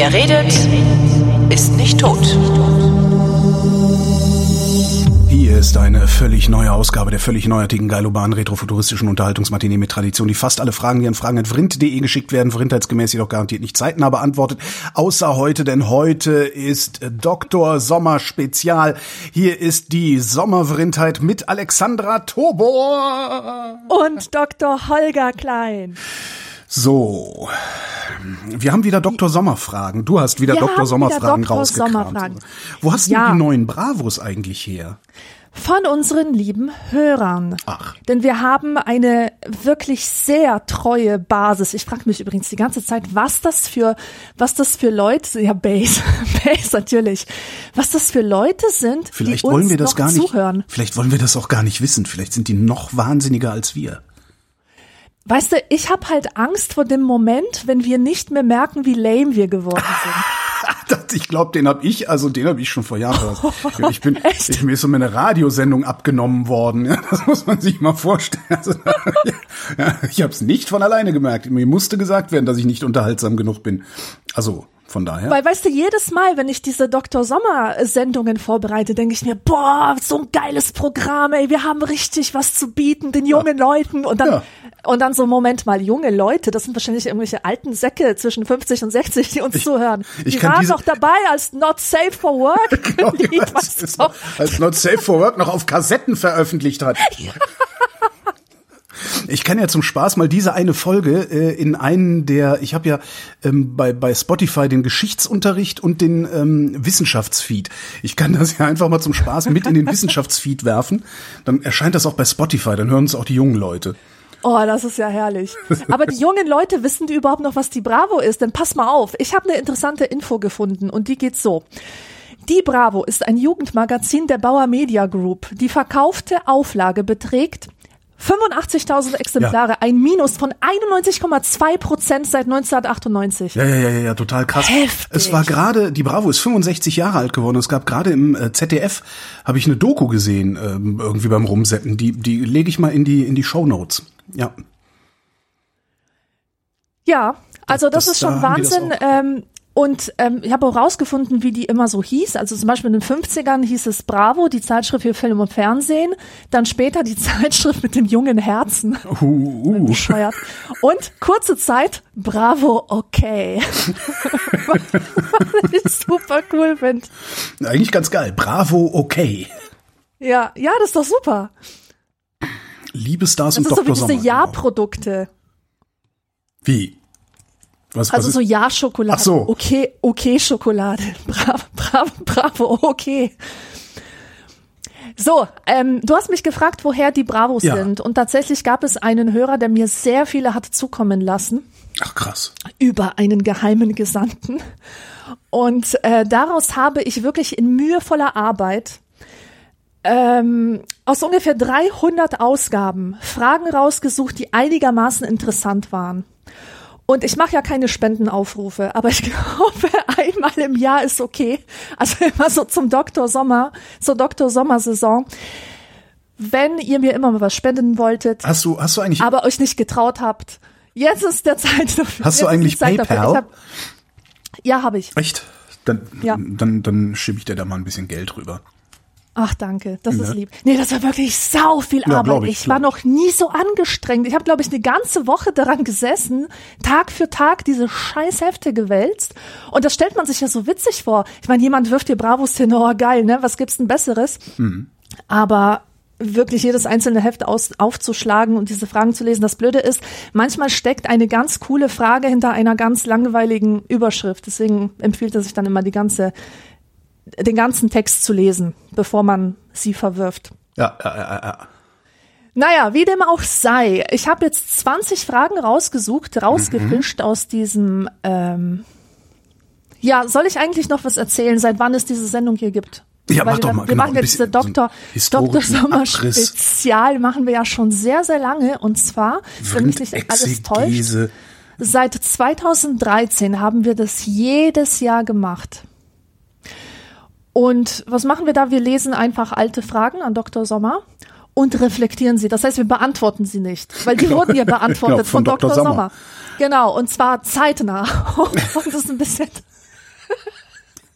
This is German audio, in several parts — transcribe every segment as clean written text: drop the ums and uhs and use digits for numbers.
Wer redet, ist nicht tot. Hier ist eine völlig neue Ausgabe der völlig neuartigen, geilobanen, retrofuturistischen Unterhaltungsmatinee mit Tradition, die fast alle Fragen, die an fragen@vrind.de geschickt werden, vrindheitsgemäß jedoch garantiert nicht zeitnah beantwortet, außer heute, denn heute ist Dr. Sommer Spezial. Hier ist die Sommervrindheit mit Alexandra Tobor und Dr. Holger Klein. So, wir haben wieder Dr. Sommerfragen. Du hast wieder Dr. Sommerfragen rausgekramt. Wo hast du die neuen Bravos eigentlich her? Von unseren lieben Hörern. Ach. Denn wir haben eine wirklich sehr treue Basis. Ich frage mich übrigens die ganze Zeit, was das für Leute, ja, Base natürlich, was das für Leute sind, vielleicht die uns wollen wir das noch gar nicht zuhören. Vielleicht wollen wir das auch gar nicht wissen. Vielleicht sind die noch wahnsinniger als wir. Weißt du, ich habe halt Angst vor dem Moment, wenn wir nicht mehr merken, wie lame wir geworden sind. Ich glaube, den habe ich schon vor Jahren. Mir ist so meine Radiosendung abgenommen worden. Ja, das muss man sich mal vorstellen. Also, ich habe es nicht von alleine gemerkt. Mir musste gesagt werden, dass ich nicht unterhaltsam genug bin. Also von daher. Weil, weißt du, jedes Mal, wenn ich diese Dr. Sommer-Sendungen vorbereite, denke ich mir, boah, so ein geiles Programm, ey, wir haben richtig was zu bieten, den jungen Leuten. Und dann so, Moment mal, junge Leute, das sind wahrscheinlich irgendwelche alten Säcke zwischen 50 und 60, die uns zuhören. Die waren noch dabei, als Not Safe for Work. Genau, als Not Safe for Work noch auf Kassetten veröffentlicht hat. Ja. Ich kann ja zum Spaß mal diese eine Folge in einen ich habe ja bei Spotify den Geschichtsunterricht und den Wissenschaftsfeed. Ich kann das ja einfach mal zum Spaß mit in den Wissenschaftsfeed werfen. Dann erscheint das auch bei Spotify, dann hören es auch die jungen Leute. Oh, das ist ja herrlich. Aber die jungen Leute, wissen die überhaupt noch, was die Bravo ist? Denn pass mal auf, ich habe eine interessante Info gefunden und die geht so. Die Bravo ist ein Jugendmagazin der Bauer Media Group. Die verkaufte Auflage beträgt 85.000 Exemplare, ja. Ein Minus von 91,2% seit 1998. Ja, total krass. Heftig. Es war gerade, die Bravo ist 65 Jahre alt geworden. Es gab gerade im ZDF, habe ich eine Doku gesehen, irgendwie beim Rumseppen. Die lege ich mal in die Shownotes. Ja. Ja, also das ist schon Wahnsinn. Und ich habe auch rausgefunden, wie die immer so hieß. Also zum Beispiel in den 50ern hieß es Bravo, die Zeitschrift für Film und Fernsehen. Dann später die Zeitschrift mit dem jungen Herzen. Bescheuert. Und kurze Zeit Bravo okay. Was ich super cool finde. Eigentlich ganz geil. Bravo okay. Ja, das ist doch super. Liebe Stars und Dr. Sommer. Das ist so wie diese Ja-Produkte. Wie? Was so Ja-Schokolade. Ach so. Okay Schokolade. Bravo, okay. So, du hast mich gefragt, woher die Bravos sind. Und tatsächlich gab es einen Hörer, der mir sehr viele hat zukommen lassen. Ach krass. Über einen geheimen Gesandten. Und daraus habe ich wirklich in mühevoller Arbeit aus ungefähr 300 Ausgaben Fragen rausgesucht, die einigermaßen interessant waren. Und ich mache ja keine Spendenaufrufe, aber ich glaube, einmal im Jahr ist okay. Also immer so zur Dr. Sommer-Saison. Wenn ihr mir immer mal was spenden wolltet, hast du eigentlich, aber euch nicht getraut habt, jetzt ist der Zeit dafür. Hast du eigentlich PayPal? Ja, habe ich. Echt? Dann schiebe ich dir da mal ein bisschen Geld rüber. Ach, danke, das ist lieb. Nee, das war wirklich sau viel Arbeit. Ich war noch nie so angestrengt. Ich habe, glaube ich, eine ganze Woche daran gesessen, Tag für Tag diese scheiß Hefte gewälzt. Und das stellt man sich ja so witzig vor. Ich meine, jemand wirft dir Bravos hin, oh geil, ne? Was gibt's denn Besseres? Mhm. Aber wirklich jedes einzelne Heft aufzuschlagen und diese Fragen zu lesen, das Blöde ist, manchmal steckt eine ganz coole Frage hinter einer ganz langweiligen Überschrift. Deswegen empfiehlt es sich dann immer den ganzen Text zu lesen, bevor man sie verwirft. Ja. Naja, wie dem auch sei. Ich habe jetzt 20 Fragen rausgefischt aus diesem, soll ich eigentlich noch was erzählen, seit wann es diese Sendung hier gibt? Ja, mach doch mal. Wir machen jetzt diese Dr. Sommer Spezial, machen wir ja schon sehr, sehr lange. Und zwar, wenn mich nicht alles täuscht, seit 2013 haben wir das jedes Jahr gemacht. Und was machen wir da? Wir lesen einfach alte Fragen an Dr. Sommer und reflektieren sie. Das heißt, wir beantworten sie nicht, weil die wurden ja beantwortet von Dr. Sommer. Genau, und zwar zeitnah. Und das ist ein bisschen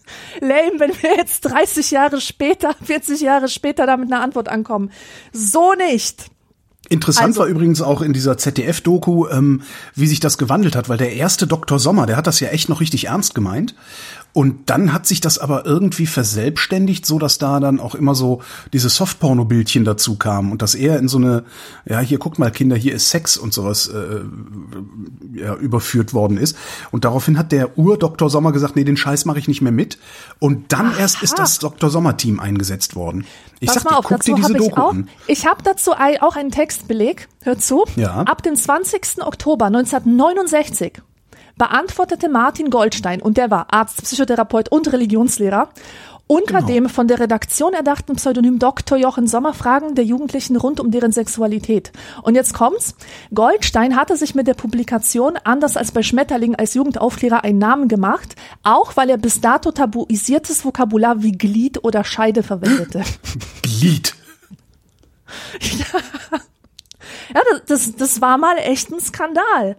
lame, wenn wir jetzt 30 Jahre später, 40 Jahre später da mit einer Antwort ankommen. So nicht. Interessant war übrigens auch in dieser ZDF-Doku, wie sich das gewandelt hat, weil der erste Dr. Sommer, der hat das ja echt noch richtig ernst gemeint. Und dann hat sich das aber irgendwie verselbstständigt, so dass da dann auch immer so diese Softporno-Bildchen dazu kamen und dass er in so eine, ja, hier guckt mal Kinder, hier ist Sex und sowas überführt worden ist. Und daraufhin hat der Ur-Dr. Sommer gesagt, nee, den Scheiß mache ich nicht mehr mit. Und dann erst ist das Dr. Sommer-Team eingesetzt worden. Ich sag dir, guck dir diese Doku an. Ich habe dazu auch einen Textbeleg, hör zu. Ja. Ab dem 20. Oktober 1969 beantwortete Martin Goldstein, und der war Arzt, Psychotherapeut und Religionslehrer, unter dem von der Redaktion erdachten Pseudonym Dr. Jochen Sommer Fragen der Jugendlichen rund um deren Sexualität. Und jetzt kommt's. Goldstein hatte sich mit der Publikation, anders als bei Schmetterling, als Jugendaufklärer einen Namen gemacht, auch weil er bis dato tabuisiertes Vokabular wie Glied oder Scheide verwendete. Glied? Ja, das war mal echt ein Skandal.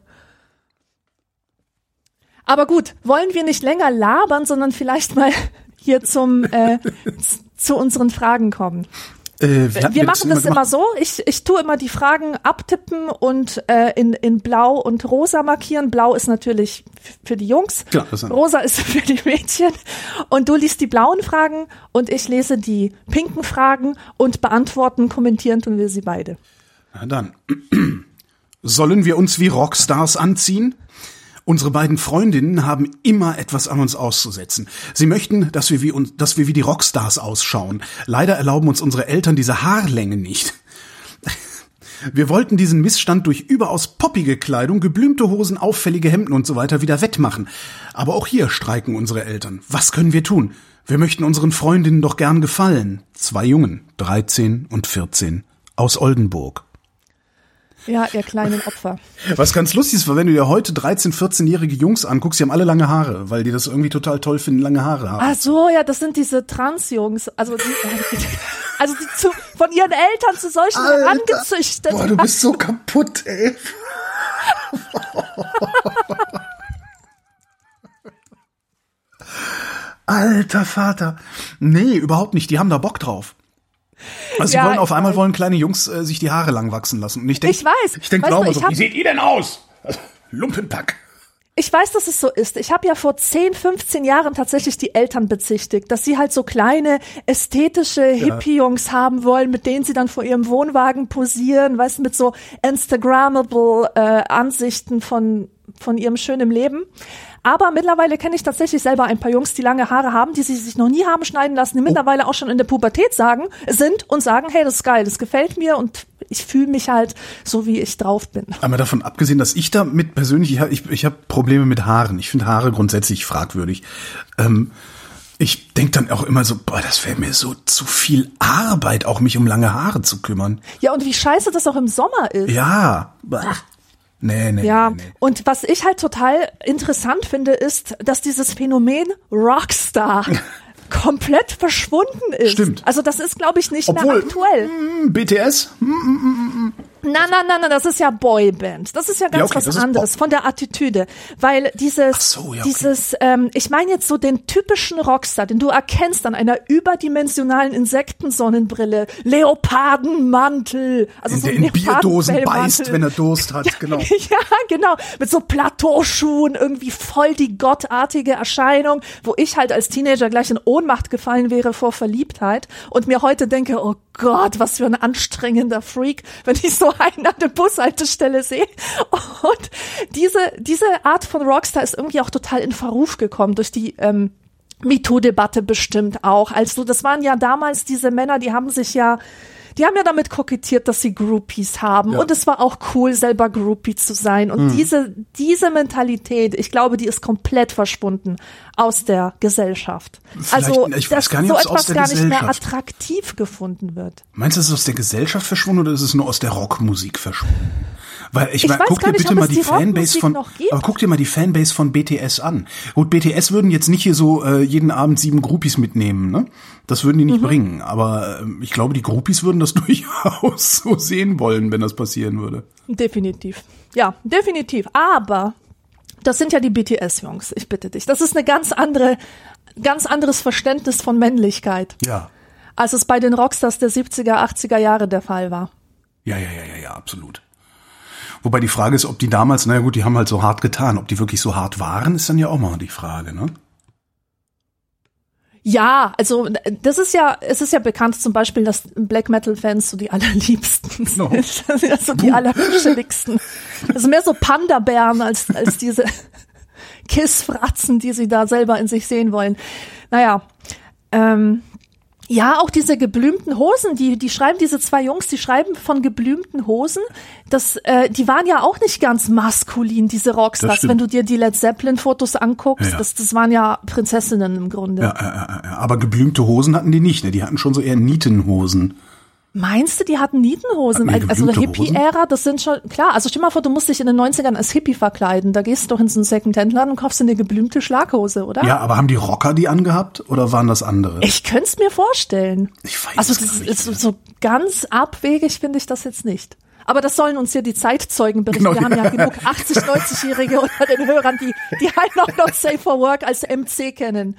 Aber gut, wollen wir nicht länger labern, sondern vielleicht mal hier zu unseren Fragen kommen. Wir machen das immer so, ich tue immer die Fragen abtippen und in Blau und Rosa markieren. Blau ist natürlich für die Jungs, klar, Rosa ist für die Mädchen. Und du liest die blauen Fragen und ich lese die pinken Fragen und beantworten, kommentieren tun wir sie beide. Na dann. Sollen wir uns wie Rockstars anziehen? Unsere beiden Freundinnen haben immer etwas an uns auszusetzen. Sie möchten, dass wir wie die Rockstars ausschauen. Leider erlauben uns unsere Eltern diese Haarlänge nicht. Wir wollten diesen Missstand durch überaus poppige Kleidung, geblümte Hosen, auffällige Hemden und so weiter wieder wettmachen. Aber auch hier streiken unsere Eltern. Was können wir tun? Wir möchten unseren Freundinnen doch gern gefallen. 2 Jungen, 13 und 14, aus Oldenburg. Ja, ihr kleinen Opfer. Was ganz lustig ist, weil wenn du dir heute 13-, 14-jährige Jungs anguckst, die haben alle lange Haare, weil die das irgendwie total toll finden, lange Haare haben. Ach so, ja, das sind diese Trans-Jungs, also die von ihren Eltern zu solchen herangezüchtet. Boah, du bist so kaputt, ey. Alter Vater. Nee, überhaupt nicht, die haben da Bock drauf. Also sie wollen auf einmal kleine Jungs sich die Haare lang wachsen lassen. Und ich denke, wie seht ihr denn aus? Lumpenpack. Ich weiß, dass es so ist. Ich habe ja vor 10, 15 Jahren tatsächlich die Eltern bezichtigt, dass sie halt so kleine ästhetische Hippie-Jungs haben wollen, mit denen sie dann vor ihrem Wohnwagen posieren, weißt du, mit so Instagrammable Ansichten von ihrem schönen Leben. Aber mittlerweile kenne ich tatsächlich selber ein paar Jungs, die lange Haare haben, die sie sich noch nie haben schneiden lassen, die mittlerweile auch schon in der Pubertät sagen, hey, das ist geil, das gefällt mir und ich fühle mich halt so, wie ich drauf bin. Aber davon abgesehen, dass ich damit persönlich, ich habe Probleme mit Haaren. Ich finde Haare grundsätzlich fragwürdig. Ich denke dann auch immer so, boah, das wäre mir so zu viel Arbeit, auch mich um lange Haare zu kümmern. Ja, und wie scheiße das auch im Sommer ist. Ja, Nee. Und was ich halt total interessant finde, ist, dass dieses Phänomen Rockstar komplett verschwunden ist. Stimmt. Also das ist, glaube ich, nicht mehr aktuell. BTS? Nein, das ist ja Boyband. Das ist ja ganz was anderes von der Attitüde. Weil dieses, ich meine jetzt so den typischen Rockstar, den du erkennst an einer überdimensionalen Insektensonnenbrille, Leopardenmantel. Also so in Bierdosen beißt, wenn er Durst hat, genau. Ja, genau. Mit so Plateauschuhen, irgendwie voll die gottartige Erscheinung, wo ich halt als Teenager gleich in Ohnmacht gefallen wäre vor Verliebtheit und mir heute denke, oh Gott, was für ein anstrengender Freak, wenn ich so einen an der Bushaltestelle sehe. Und diese Art von Rockstar ist irgendwie auch total in Verruf gekommen durch die MeToo-Debatte bestimmt auch. Also das waren ja damals diese Männer, die haben ja damit kokettiert, dass sie Groupies haben. Ja. Und es war auch cool, selber Groupie zu sein. Und diese Mentalität, ich glaube, die ist komplett verschwunden aus der Gesellschaft. Ich weiß gar nicht, so ob es aus etwas der gar nicht mehr Gesellschaft attraktiv gefunden wird. Meinst du, es ist aus der Gesellschaft verschwunden oder ist es nur aus der Rockmusik verschwunden? Weil guck dir mal die Fanbase von BTS an. Gut, BTS würden jetzt nicht hier so jeden Abend 7 Groupies mitnehmen, ne? Das würden die nicht bringen. Aber ich glaube, die Groupies würden das durchaus so sehen wollen, wenn das passieren würde. Definitiv. Ja, definitiv. Aber das sind ja die BTS-Jungs, ich bitte dich. Das ist eine ganz andere ganz anderes Verständnis von Männlichkeit. Ja. Als es bei den Rockstars der 70er, 80er Jahre der Fall war. Ja, absolut. Wobei die Frage ist, ob die damals, naja gut, die haben halt so hart getan. Ob die wirklich so hart waren, ist dann ja auch mal die Frage, ne? Ja, also es ist ja bekannt zum Beispiel, dass Black Metal Fans so die allerliebsten sind. Das sind ja so die allerschilligsten. Das sind mehr so Panda-Bären als diese Kiss-Fratzen, die sie da selber in sich sehen wollen. Naja, ja, auch diese geblümten Hosen, die schreiben, diese zwei Jungs, die schreiben von geblümten Hosen, die waren ja auch nicht ganz maskulin, diese Rockstars, wenn du dir die Led Zeppelin-Fotos anguckst, ja. Das waren ja Prinzessinnen im Grunde. Ja, aber geblümte Hosen hatten die nicht, ne? Die hatten schon so eher Nietenhosen. Meinst du, die hatten Nietenhosen? Also der Hippie-Ära, das sind schon, klar, also stell mal vor, du musst dich in den 90ern als Hippie verkleiden, da gehst du doch in so einen Second-Hand-Laden und kaufst dir eine geblümte Schlaghose, oder? Ja, aber haben die Rocker die angehabt oder waren das andere? Ich könnte es mir vorstellen. Ich weiß also das ist so ganz abwegig finde ich das jetzt nicht. Aber das sollen uns ja die Zeitzeugen berichten. Genau, wir haben ja genug 80-, 90-Jährige unter den Hörern, die halt noch Safe for Work als MC kennen.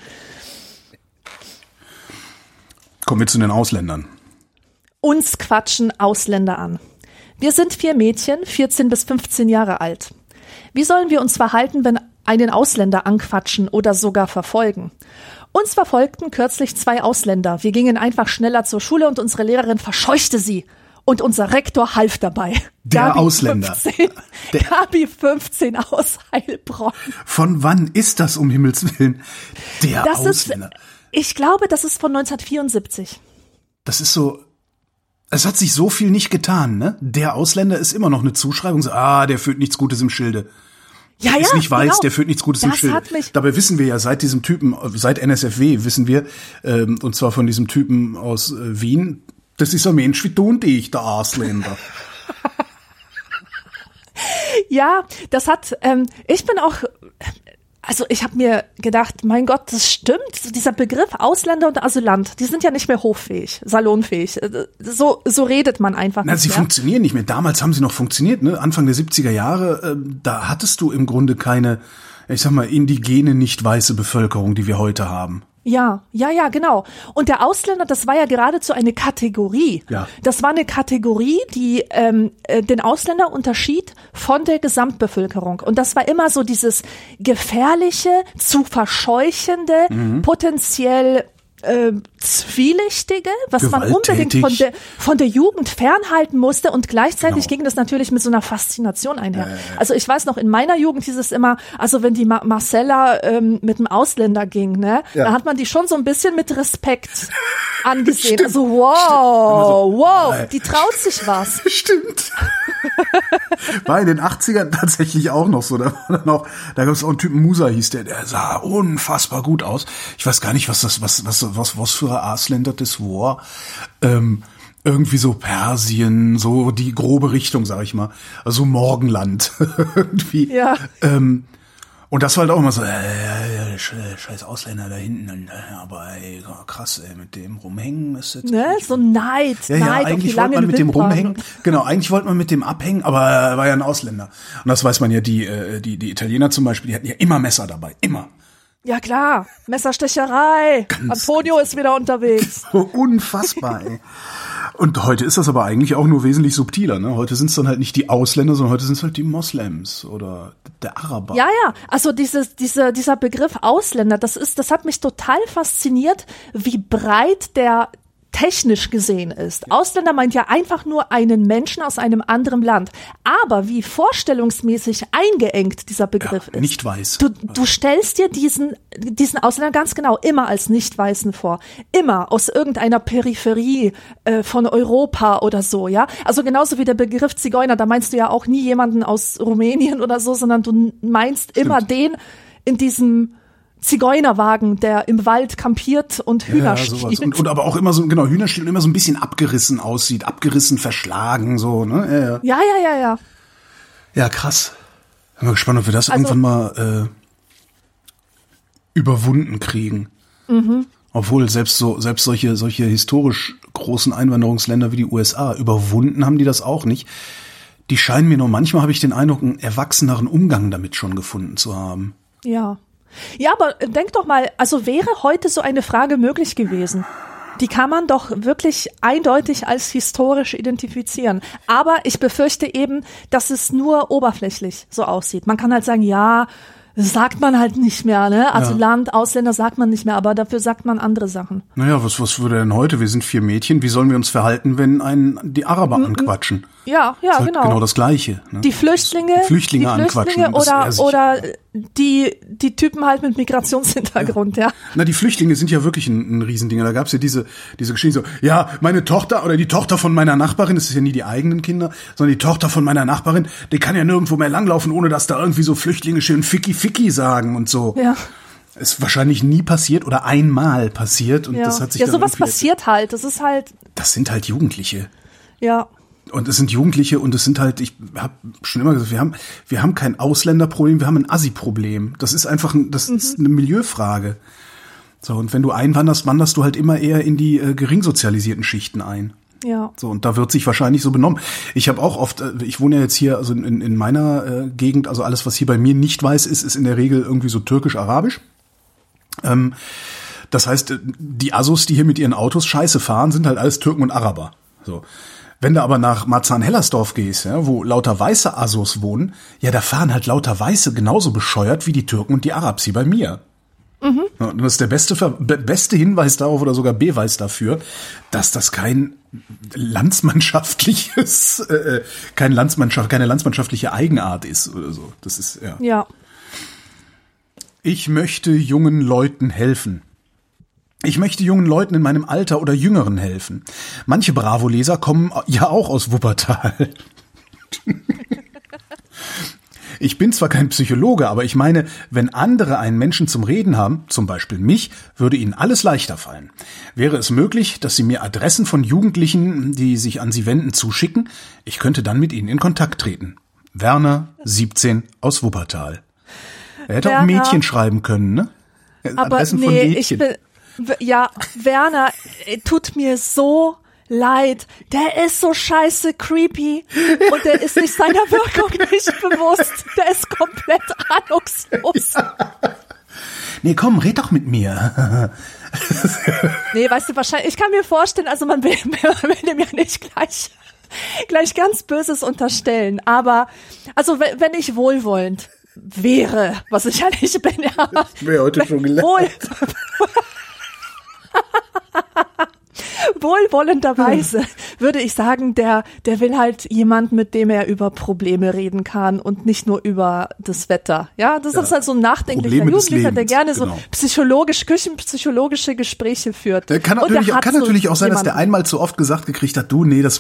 Kommen wir zu den Ausländern. Uns quatschen Ausländer an. Wir sind 4 Mädchen, 14 bis 15 Jahre alt. Wie sollen wir uns verhalten, wenn einen Ausländer anquatschen oder sogar verfolgen? Uns verfolgten kürzlich 2 Ausländer. Wir gingen einfach schneller zur Schule und unsere Lehrerin verscheuchte sie. Und unser Rektor half dabei. Der Gabi Ausländer. Gabi 15 aus Heilbronn. Von wann ist das, um Himmels Willen? Der Ausländer. Ich glaube, das ist von 1974. Das ist so... Es hat sich so viel nicht getan, ne? Der Ausländer ist immer noch eine Zuschreibung. So, der führt nichts Gutes im Schilde. Der ist nicht weiß, genau. Der führt nichts Gutes im Schilde. Dabei wissen wir ja seit diesem Typen, seit NSFW wissen wir, und zwar von diesem Typen aus Wien, das ist ein Mensch wie du und ich, der Ausländer. Ja, das hat, ich bin auch... Also ich habe mir gedacht, mein Gott, das stimmt. Dieser Begriff Ausländer und Asylant, die sind ja nicht mehr hoffähig, salonfähig. So redet man einfach nicht mehr. Sie funktionieren nicht mehr. Damals haben sie noch funktioniert, ne? Anfang der 70er Jahre, da hattest du im Grunde keine, ich sag mal, indigene, nicht weiße Bevölkerung, die wir heute haben. Ja, genau. Und der Ausländer, das war ja geradezu eine Kategorie. Ja. Das war eine Kategorie, die den Ausländer unterschied von der Gesamtbevölkerung. Und das war immer so dieses gefährliche, zu verscheuchende, potenziell Zwielichtige, was man unbedingt von der Jugend fernhalten musste, und gleichzeitig ging das natürlich mit so einer Faszination einher. Also ich weiß noch, in meiner Jugend hieß es immer, also wenn die Marcella mit einem Ausländer ging, ne, da hat man die schon so ein bisschen mit Respekt angesehen. Stimmt. Also wow, die traut sich was. Stimmt. War in den 80ern tatsächlich auch noch so. Da gab es auch einen Typen, Musa hieß der sah unfassbar gut aus. Ich weiß gar nicht, was für ein Ausländer das war. Irgendwie so Persien, so die grobe Richtung, sag ich mal. Also Morgenland. Irgendwie. Ja. Und das war halt auch immer so, scheiß Ausländer da hinten, aber ey, krass, ey, mit dem rumhängen ist jetzt. Ne, so Neid, Neid auf die lange wollte man mit dem rumhängen. Genau, eigentlich wollte man mit dem abhängen, aber er war ja ein Ausländer. Und das weiß man ja, die Italiener zum Beispiel, die hatten ja immer Messer dabei, immer. Ja klar, Messerstecherei. Antonio ist wieder unterwegs. Unfassbar, ey. Und heute ist das aber eigentlich auch nur wesentlich subtiler, ne? Heute sind es dann halt nicht die Ausländer, sondern heute sind es halt die Moslems oder der Araber. Ja, also dieser Begriff Ausländer, das hat mich total fasziniert, wie breit der technisch gesehen ist. Ausländer meint ja einfach nur einen Menschen aus einem anderen Land. Aber wie vorstellungsmäßig eingeengt dieser Begriff ist. Nicht weiß. Du stellst dir diesen Ausländer ganz genau immer als Nicht-Weißen vor. Immer aus irgendeiner Peripherie von Europa oder so, ja. Also genauso wie der Begriff Zigeuner, da meinst du ja auch nie jemanden aus Rumänien oder so, sondern du meinst immer den in diesem Zigeunerwagen, der im Wald kampiert und Hühner stiehlt. Und aber auch immer so, genau, Hühner stiehlt und immer so ein bisschen abgerissen aussieht, abgerissen, verschlagen, so, ne? Ja. Ja, krass. Bin mal gespannt, ob wir das irgendwann mal überwunden kriegen. Mhm. Obwohl selbst solche historisch großen Einwanderungsländer wie die USA, überwunden haben die das auch nicht. Die scheinen mir nur, manchmal habe ich den Eindruck, einen erwachseneren Umgang damit schon gefunden zu haben. Ja. Ja, aber denk doch mal, also wäre heute so eine Frage möglich gewesen? Die kann man doch wirklich eindeutig als historisch identifizieren. Aber ich befürchte eben, dass es nur oberflächlich so aussieht. Man kann halt sagen, ja, das sagt man halt nicht mehr, ne? Also Land, Ausländer sagt man nicht mehr, aber dafür sagt man andere Sachen. Naja, was würde denn heute? Wir sind 4 Mädchen. Wie sollen wir uns verhalten, wenn die Araber anquatschen? Ja, das ist genau. Genau das Gleiche. Ne? Die Flüchtlinge anquatschen. Oder die Typen halt mit Migrationshintergrund, ja. Na, die Flüchtlinge sind ja wirklich ein Riesending. Da gab's ja diese Geschichte so, ja, meine Tochter oder die Tochter von meiner Nachbarin, das ist ja nie die eigenen Kinder, sondern die Tochter von meiner Nachbarin, die kann ja nirgendwo mehr langlaufen, ohne dass da irgendwie so Flüchtlinge schön Ficky sagen und so. Ja. Ist wahrscheinlich nie passiert oder einmal passiert und das hat sich dann sowas passiert halt. Das sind halt Jugendliche. Ja. Und es sind Jugendliche und es sind halt, ich habe schon immer gesagt, wir haben kein Ausländerproblem, wir haben ein Assi-Problem. Das ist einfach, ist eine Milieufrage. So, und wenn du einwanderst, wanderst du halt immer eher in die geringsozialisierten Schichten ein. Ja. So, und da wird sich wahrscheinlich so benommen. Ich habe auch oft, ich wohne ja jetzt hier, also in meiner Gegend, also alles, was hier bei mir nicht weiß ist in der Regel irgendwie so türkisch-arabisch. Das heißt, die Assos, die hier mit ihren Autos Scheiße fahren, sind halt alles Türken und Araber. So. Wenn du aber nach Marzahn-Hellersdorf gehst, ja, wo lauter weiße Assos wohnen, ja, da fahren halt lauter Weiße genauso bescheuert wie die Türken und die Arabs hier bei mir. Mhm. Ja, und das ist der beste Hinweis darauf oder sogar Beweis dafür, dass das keine landsmannschaftliche Eigenart ist oder so. Das ist, ja. Ja. Ich möchte jungen Leuten helfen. Ich möchte jungen Leuten in meinem Alter oder Jüngeren helfen. Manche Bravo-Leser kommen ja auch aus Wuppertal. Ich bin zwar kein Psychologe, aber ich meine, wenn andere einen Menschen zum Reden haben, zum Beispiel mich, würde ihnen alles leichter fallen. Wäre es möglich, dass sie mir Adressen von Jugendlichen, die sich an sie wenden, zuschicken? Ich könnte dann mit ihnen in Kontakt treten. Werner, 17, aus Wuppertal. Er hätte auch Mädchen schreiben können, ne? Aber Adressen von Mädchen. Werner, tut mir so leid. Der ist so scheiße creepy und der ist sich seiner Wirkung nicht bewusst. Der ist komplett ahnungslos. Nee, komm, red doch mit mir. Nee, weißt du, wahrscheinlich, ich kann mir vorstellen, also man will dem ja nicht gleich ganz Böses unterstellen, aber, also wenn ich wohlwollend wäre, was ich ja nicht bin, ja. Das wäre heute schon gelernt. Wohlwollenderweise würde ich sagen, der will halt jemand, mit dem er über Probleme reden kann und nicht nur über das Wetter. Ja, das ist halt so ein nachdenklicher Jugendlicher, der gerne so küchenpsychologische Gespräche führt. Kann natürlich auch sein, dass der einmal zu oft gesagt gekriegt hat,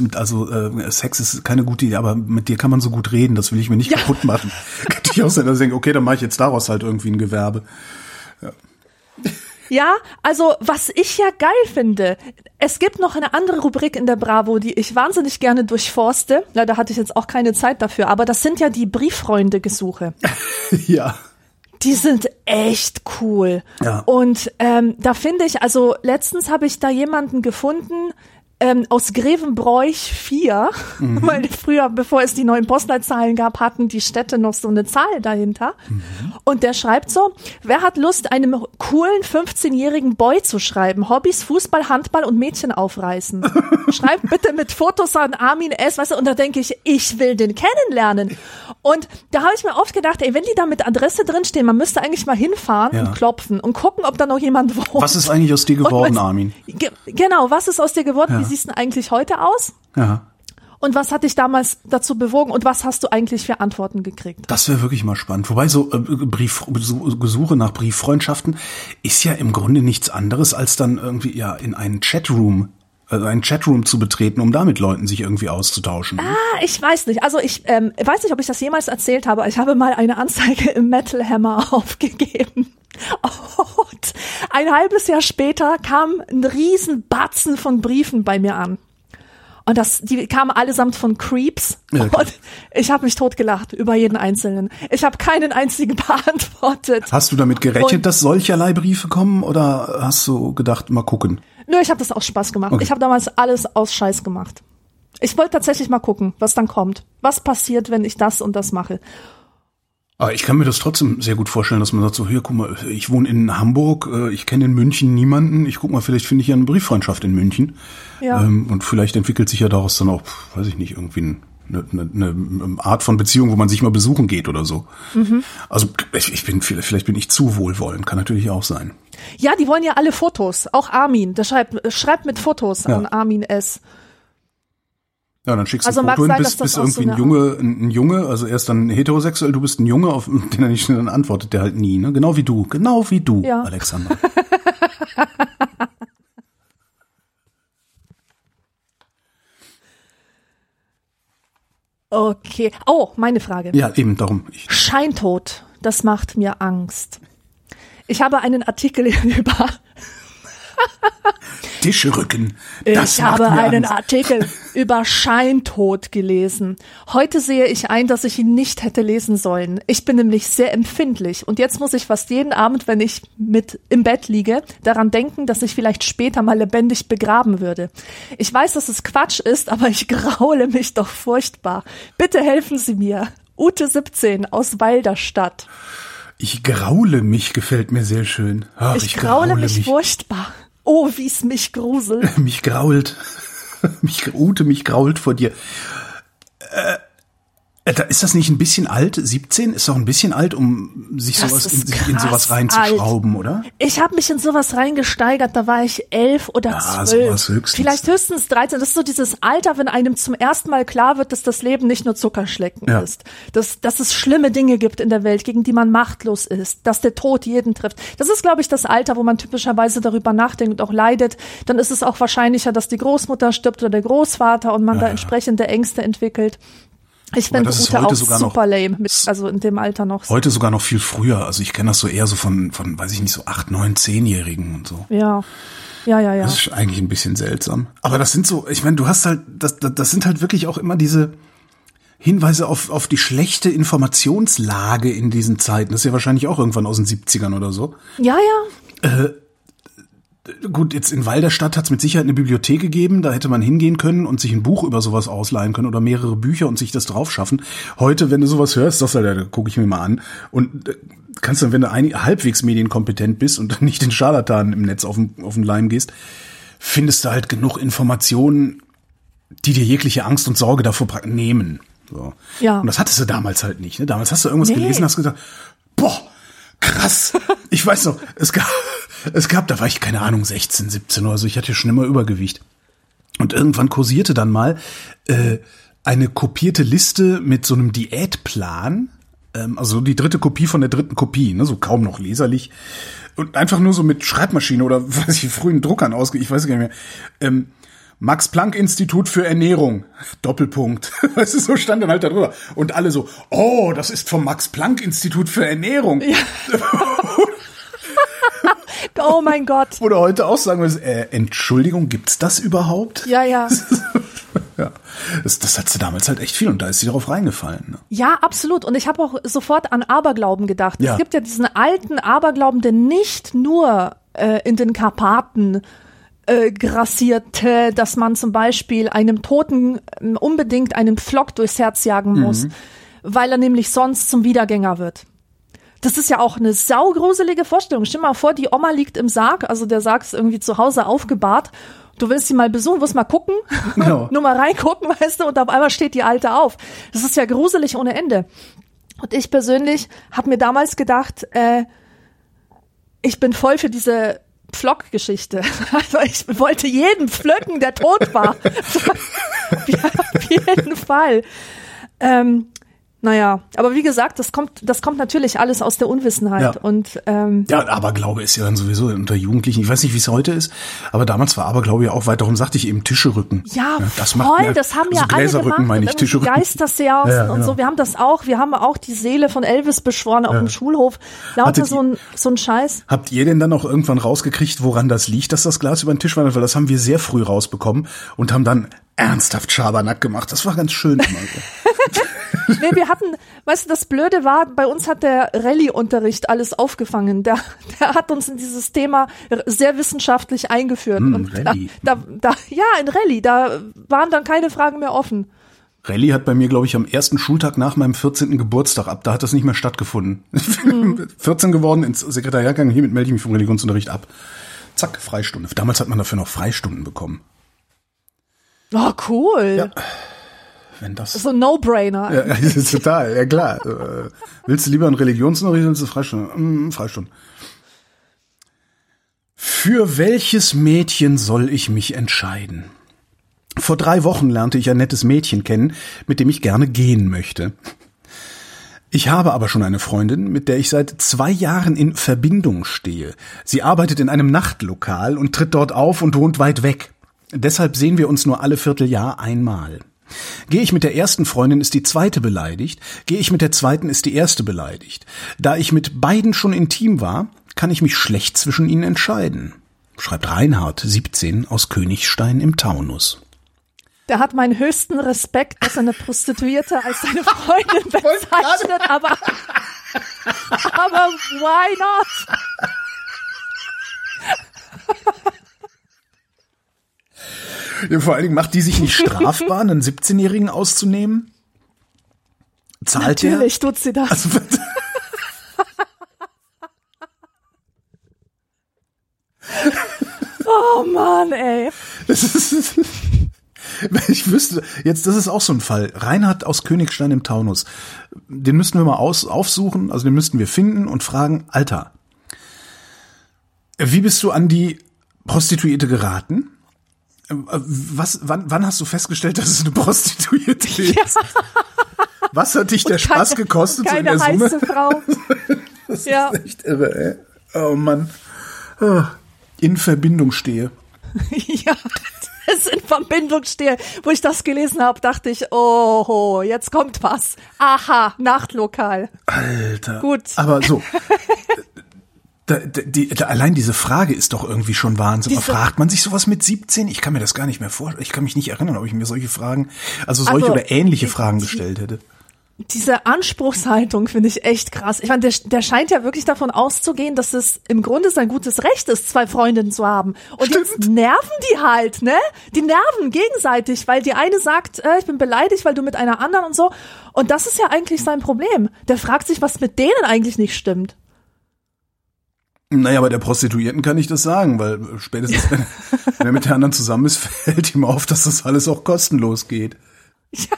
Sex ist keine gute Idee, aber mit dir kann man so gut reden, das will ich mir nicht kaputt machen. Kann natürlich auch sein, dass ich denke, okay, dann mache ich jetzt daraus halt irgendwie ein Gewerbe. Ja. Ja, also was ich ja geil finde, es gibt noch eine andere Rubrik in der Bravo, die ich wahnsinnig gerne durchforste. Leider hatte ich jetzt auch keine Zeit dafür, aber das sind ja die Brieffreunde-Gesuche. Ja. Die sind echt cool. Ja. Und da finde ich, also letztens habe ich da jemanden gefunden, aus Grevenbroich 4, weil früher, bevor es die neuen Postleitzahlen gab, hatten die Städte noch so eine Zahl dahinter. Und der schreibt so, wer hat Lust, einem coolen 15-jährigen Boy zu schreiben? Hobbys, Fußball, Handball und Mädchen aufreißen. Schreibt bitte mit Fotos an Armin S., weißt du, und da denke ich will den kennenlernen. Und da habe ich mir oft gedacht, ey, wenn die da mit Adresse drinstehen, man müsste eigentlich mal hinfahren und klopfen und gucken, ob da noch jemand wohnt. Was ist eigentlich aus dir geworden, Armin? Genau, was ist aus dir geworden? Ja. Wie siehst du denn eigentlich heute aus? Ja. Und was hat dich damals dazu bewogen und was hast du eigentlich für Antworten gekriegt? Das wäre wirklich mal spannend. Wobei so Gesuche nach Brieffreundschaften ist ja im Grunde nichts anderes, als dann irgendwie in einen Chatroom zu betreten, um da mit Leuten sich irgendwie auszutauschen. Ich weiß nicht. Also ich weiß nicht, ob ich das jemals erzählt habe. Ich habe mal eine Anzeige im Metal Hammer aufgegeben. Und ein halbes Jahr später kam ein riesen Batzen von Briefen bei mir an. Und die kamen allesamt von Creeps. Ja, und ich habe mich totgelacht über jeden einzelnen. Ich habe keinen einzigen beantwortet. Hast du damit gerechnet, dass solcherlei Briefe kommen oder hast du gedacht, mal gucken? Nö, ich habe das aus Spaß gemacht. Okay. Ich habe damals alles aus Scheiß gemacht. Ich wollte tatsächlich mal gucken, was dann kommt. Was passiert, wenn ich das und das mache? Aber ich kann mir das trotzdem sehr gut vorstellen, dass man sagt so, hier, guck mal, ich wohne in Hamburg, ich kenne in München niemanden, ich guck mal, vielleicht finde ich ja eine Brieffreundschaft in München. Ja. Und vielleicht entwickelt sich ja daraus dann auch, weiß ich nicht, irgendwie eine Art von Beziehung, wo man sich mal besuchen geht oder so. Mhm. Also vielleicht bin ich zu wohlwollend, kann natürlich auch sein. Ja, die wollen ja alle Fotos, auch Armin, der schreibt mit Fotos an Armin S. Ja, dann schickst du ein Foto hin, bist irgendwie ein Junge, also er ist dann heterosexuell, du bist ein Junge, auf den er nicht schnell dann antwortet, der halt nie, ne? Genau wie du, ja. Alexander. Okay. Oh, meine Frage. Ja, eben darum. Scheintod, das macht mir Angst. Ich habe einen Artikel über Tischrücken. Ich habe einen Artikel über Scheintod gelesen. Heute sehe ich ein, dass ich ihn nicht hätte lesen sollen. Ich bin nämlich sehr empfindlich und jetzt muss ich fast jeden Abend, wenn ich im Bett liege, daran denken, dass ich vielleicht später mal lebendig begraben würde. Ich weiß, dass es Quatsch ist, aber ich graule mich doch furchtbar. Bitte helfen Sie mir. Ute 17 aus Walderstadt. Ich graule mich, gefällt mir sehr schön. Ach, ich graule mich furchtbar. Oh, wie es mich gruselt. Mich grault. Ute, mich grault vor dir. Ist das nicht ein bisschen alt? 17 ist doch ein bisschen alt, um sich sowas in sowas reinzuschrauben, oder? Ich habe mich in sowas reingesteigert, da war ich 11 oder 12. Sowas höchstens. Vielleicht höchstens 13. Das ist so dieses Alter, wenn einem zum ersten Mal klar wird, dass das Leben nicht nur Zuckerschlecken ist. Dass es schlimme Dinge gibt in der Welt, gegen die man machtlos ist. Dass der Tod jeden trifft. Das ist, glaube ich, das Alter, wo man typischerweise darüber nachdenkt und auch leidet. Dann ist es auch wahrscheinlicher, dass die Großmutter stirbt oder der Großvater und man da entsprechende Ängste entwickelt. Ich finde Ute auch super lame, also in dem Alter noch. Heute sogar noch viel früher. Also ich kenne das so eher so von, weiß ich nicht, so 8, 9, 10-Jährigen und so. Ja. Das ist eigentlich ein bisschen seltsam. Aber das sind so, ich meine, du hast halt, das sind halt wirklich auch immer diese Hinweise auf die schlechte Informationslage in diesen Zeiten. Das ist ja wahrscheinlich auch irgendwann aus den 70ern oder so. Ja. Gut, jetzt in Walderstadt hat es mit Sicherheit eine Bibliothek gegeben, da hätte man hingehen können und sich ein Buch über sowas ausleihen können oder mehrere Bücher und sich das drauf schaffen. Heute, wenn du sowas hörst, sagst du, da gucke ich mir mal an und kannst dann, wenn du halbwegs medienkompetent bist und nicht den Scharlatan im Netz auf den Leim gehst, findest du halt genug Informationen, die dir jegliche Angst und Sorge davor nehmen. So. Ja. Und das hattest du damals halt nicht. Ne? Damals hast du irgendwas gelesen, hast gesagt, boah, krass. Ich weiß noch, es gab, da war ich, keine Ahnung, 16, 17 oder so, ich hatte schon immer Übergewicht. Und irgendwann kursierte dann mal eine kopierte Liste mit so einem Diätplan, also die 3. Kopie von der 3. Kopie, ne, so kaum noch leserlich. Und einfach nur so mit Schreibmaschine oder weiß ich, frühen Druckern ich weiß gar nicht mehr. Max-Planck-Institut für Ernährung, Doppelpunkt. Weißt du, so stand dann halt da drüber. Und alle so, oh, das ist vom Max-Planck-Institut für Ernährung. Ja. Oh mein Gott. Oder heute auch sagen wir, Entschuldigung, gibt's das überhaupt? Ja. Ja. Das hat sie damals halt echt viel und da ist sie darauf reingefallen. Ne? Ja, absolut. Und ich habe auch sofort an Aberglauben gedacht. Ja. Es gibt ja diesen alten Aberglauben, der nicht nur in den Karpaten grassierte, dass man zum Beispiel einem Toten unbedingt einen Pflock durchs Herz jagen muss, weil er nämlich sonst zum Wiedergänger wird. Das ist ja auch eine saugruselige Vorstellung. Stell dir mal vor, die Oma liegt im Sarg, also der Sarg ist irgendwie zu Hause aufgebahrt. Du willst sie mal besuchen, willst mal gucken, genau. Nur mal reingucken, weißt du, und auf einmal steht die Alte auf. Das ist ja gruselig ohne Ende. Und ich persönlich habe mir damals gedacht, ich bin voll für diese Pflock-Geschichte. Also ich wollte jeden pflöcken, der tot war. Ja, auf jeden Fall. Naja, aber wie gesagt, das kommt natürlich alles aus der Unwissenheit. Ja. Und Aberglaube ist ja dann sowieso unter Jugendlichen, ich weiß nicht, wie es heute ist, aber damals war Aberglaube ja auch weit, darum sagte ich eben Tischerücken. Ja, das voll, das haben ja alle gemacht. Meine ich, Tischerücken. Geisterseancen und so, wir haben das auch, wir haben auch die Seele von Elvis beschworen auf dem Schulhof, lauter so ein Scheiß. Habt ihr denn dann auch irgendwann rausgekriegt, woran das liegt, dass das Glas über den Tisch wandert? Weil das haben wir sehr früh rausbekommen und haben dann ernsthaft Schabernack gemacht. Das war ganz schön. Nee, wir hatten, weißt du, das Blöde war, bei uns hat der Rallye-Unterricht alles aufgefangen. Der hat uns in dieses Thema sehr wissenschaftlich eingeführt. Und Rallye. in Rallye, da waren dann keine Fragen mehr offen. Rallye hat bei mir, glaube ich, am ersten Schultag nach meinem 14. Geburtstag ab. Da hat das nicht mehr stattgefunden. 14 geworden, ins Sekretariat gegangen, hiermit melde ich mich vom Religionsunterricht ab. Zack, Freistunde. Damals hat man dafür noch Freistunden bekommen. Oh, cool. Ja. Wenn das so ein No-Brainer. Ja, das ist total, ja klar. Willst du lieber einen Religionsunterricht oder willst du Freistunde? Freistunde. Für welches Mädchen soll ich mich entscheiden? Vor 3 Wochen lernte ich ein nettes Mädchen kennen, mit dem ich gerne gehen möchte. Ich habe aber schon eine Freundin, mit der ich seit 2 Jahren in Verbindung stehe. Sie arbeitet in einem Nachtlokal und tritt dort auf und wohnt weit weg. Deshalb sehen wir uns nur alle Vierteljahr einmal. Gehe ich mit der ersten Freundin, ist die zweite beleidigt. Gehe ich mit der zweiten, ist die erste beleidigt. Da ich mit beiden schon intim war, kann ich mich schlecht zwischen ihnen entscheiden. Schreibt Reinhard, 17, aus Königstein im Taunus. Der hat meinen höchsten Respekt, dass er eine Prostituierte als seine Freundin bezeichnet, aber why not? Ja, vor allen Dingen macht die sich nicht strafbar, einen 17-Jährigen auszunehmen? Zahlt der? Natürlich tut sie das. Also, oh Mann, ey. Ich wüsste, jetzt, das ist auch so ein Fall. Reinhard aus Königstein im Taunus. Den müssten wir mal aufsuchen, also den müssten wir finden und fragen, Alter, wie bist du an die Prostituierte geraten? Wann hast du festgestellt, dass es eine Prostituierte ist? Ja. Was hat dich der Spaß gekostet so in der Summe? Heiße Frau. Das ist echt irre, ey. Oh Mann. Oh, in Verbindung stehe. Ja. Es in Verbindung stehe. Wo ich das gelesen habe, dachte ich, oh, jetzt kommt was. Aha, Nachtlokal. Alter. Gut. Aber so, allein diese Frage ist doch irgendwie schon Wahnsinn. Fragt man sich sowas mit 17? Ich kann mir das gar nicht mehr vorstellen. Ich kann mich nicht erinnern, ob ich mir solche Fragen, solche oder ähnliche Fragen gestellt hätte. Diese Anspruchshaltung finde ich echt krass. Ich meine, der scheint ja wirklich davon auszugehen, dass es im Grunde sein gutes Recht ist, 2 Freundinnen zu haben. Und Stimmt. Jetzt nerven die halt, ne? Die nerven gegenseitig, weil die eine sagt, ich bin beleidigt, weil du mit einer anderen und so. Und das ist ja eigentlich sein Problem. Der fragt sich, was mit denen eigentlich nicht stimmt. Naja, aber der Prostituierten kann ich das sagen, weil spätestens, wenn er mit der anderen zusammen ist, fällt ihm auf, dass das alles auch kostenlos geht. Ja.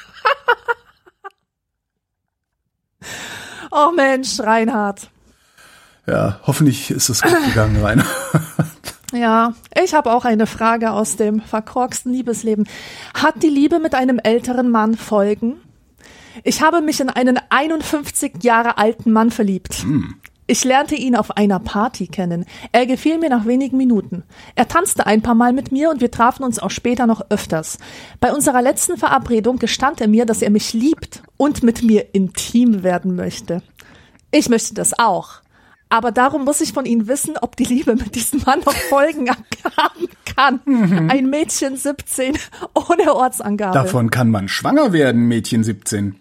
Oh Mensch, Reinhard. Ja, hoffentlich ist es gut gegangen, Reinhard. Ja, ich habe auch eine Frage aus dem verkorksten Liebesleben. Hat die Liebe mit einem älteren Mann Folgen? Ich habe mich in einen 51 Jahre alten Mann verliebt. Ich lernte ihn auf einer Party kennen. Er gefiel mir nach wenigen Minuten. Er tanzte ein paar Mal mit mir und wir trafen uns auch später noch öfters. Bei unserer letzten Verabredung gestand er mir, dass er mich liebt und mit mir intim werden möchte. Ich möchte das auch. Aber darum muss ich von Ihnen wissen, ob die Liebe mit diesem Mann noch Folgen haben kann. Ein Mädchen 17 ohne Ortsangabe. Davon kann man schwanger werden, Mädchen 17.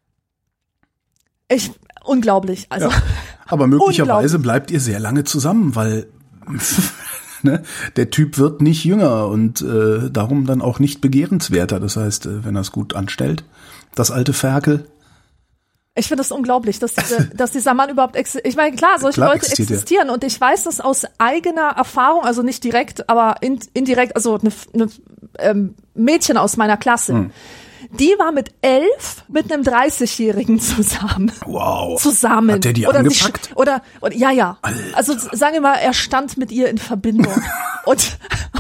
Unglaublich. Also, ja, aber möglicherweise bleibt ihr sehr lange zusammen, weil ne, der Typ wird nicht jünger und darum dann auch nicht begehrenswerter. Das heißt, wenn er es gut anstellt, das alte Ferkel. Ich finde das unglaublich, dass dieser Mann überhaupt existiert. Ich meine, klar, solche Leute existieren und ich weiß das aus eigener Erfahrung, also nicht direkt, aber indirekt, also eine Mädchen aus meiner Klasse. Die war mit 11 mit einem 30-Jährigen zusammen. Wow. Zusammen. Hat der die angepackt? Oder ja. Alter. Also sagen wir mal, er stand mit ihr in Verbindung. und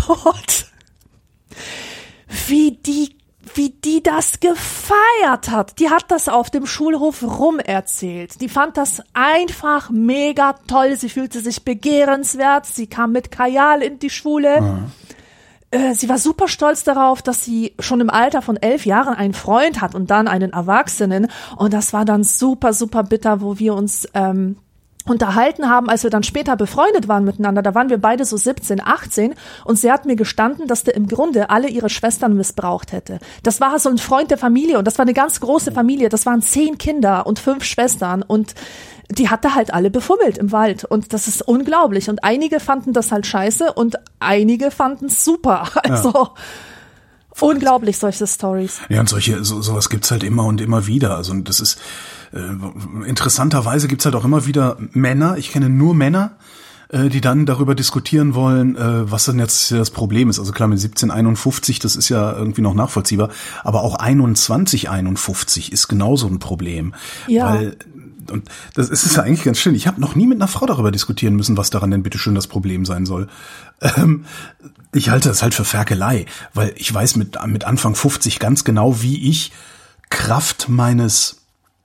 wie die das gefeiert hat. Die hat das auf dem Schulhof rumerzählt. Die fand das einfach mega toll. Sie fühlte sich begehrenswert. Sie kam mit Kajal in die Schule. Sie war super stolz darauf, dass sie schon im Alter von 11 Jahren einen Freund hat und dann einen Erwachsenen. Und das war dann super, super bitter, wo wir uns unterhalten haben, als wir dann später befreundet waren miteinander. Da waren wir beide so 17, 18 und sie hat mir gestanden, dass der im Grunde alle ihre Schwestern missbraucht hätte. Das war so ein Freund der Familie und das war eine ganz große Familie. Das waren 10 Kinder und 5 Schwestern und die hatte halt alle befummelt im Wald und das ist unglaublich. Und einige fanden das halt scheiße und einige fanden es super. Also Unglaublich, solche Stories. Ja, und sowas gibt's halt immer und immer wieder. Also das ist interessanterweise gibt's halt auch immer wieder Männer, ich kenne nur Männer, die dann darüber diskutieren wollen, was denn jetzt das Problem ist. Also klar, mit 1751, das ist ja irgendwie noch nachvollziehbar, aber auch 2151 ist genauso ein Problem. Ja. Und das ist ja eigentlich ganz schön. Ich habe noch nie mit einer Frau darüber diskutieren müssen, was daran denn bitteschön das Problem sein soll. Ich halte das halt für Ferkelei, weil ich weiß mit Anfang 50 ganz genau, wie ich Kraft meines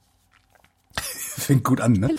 fängt gut an, ne?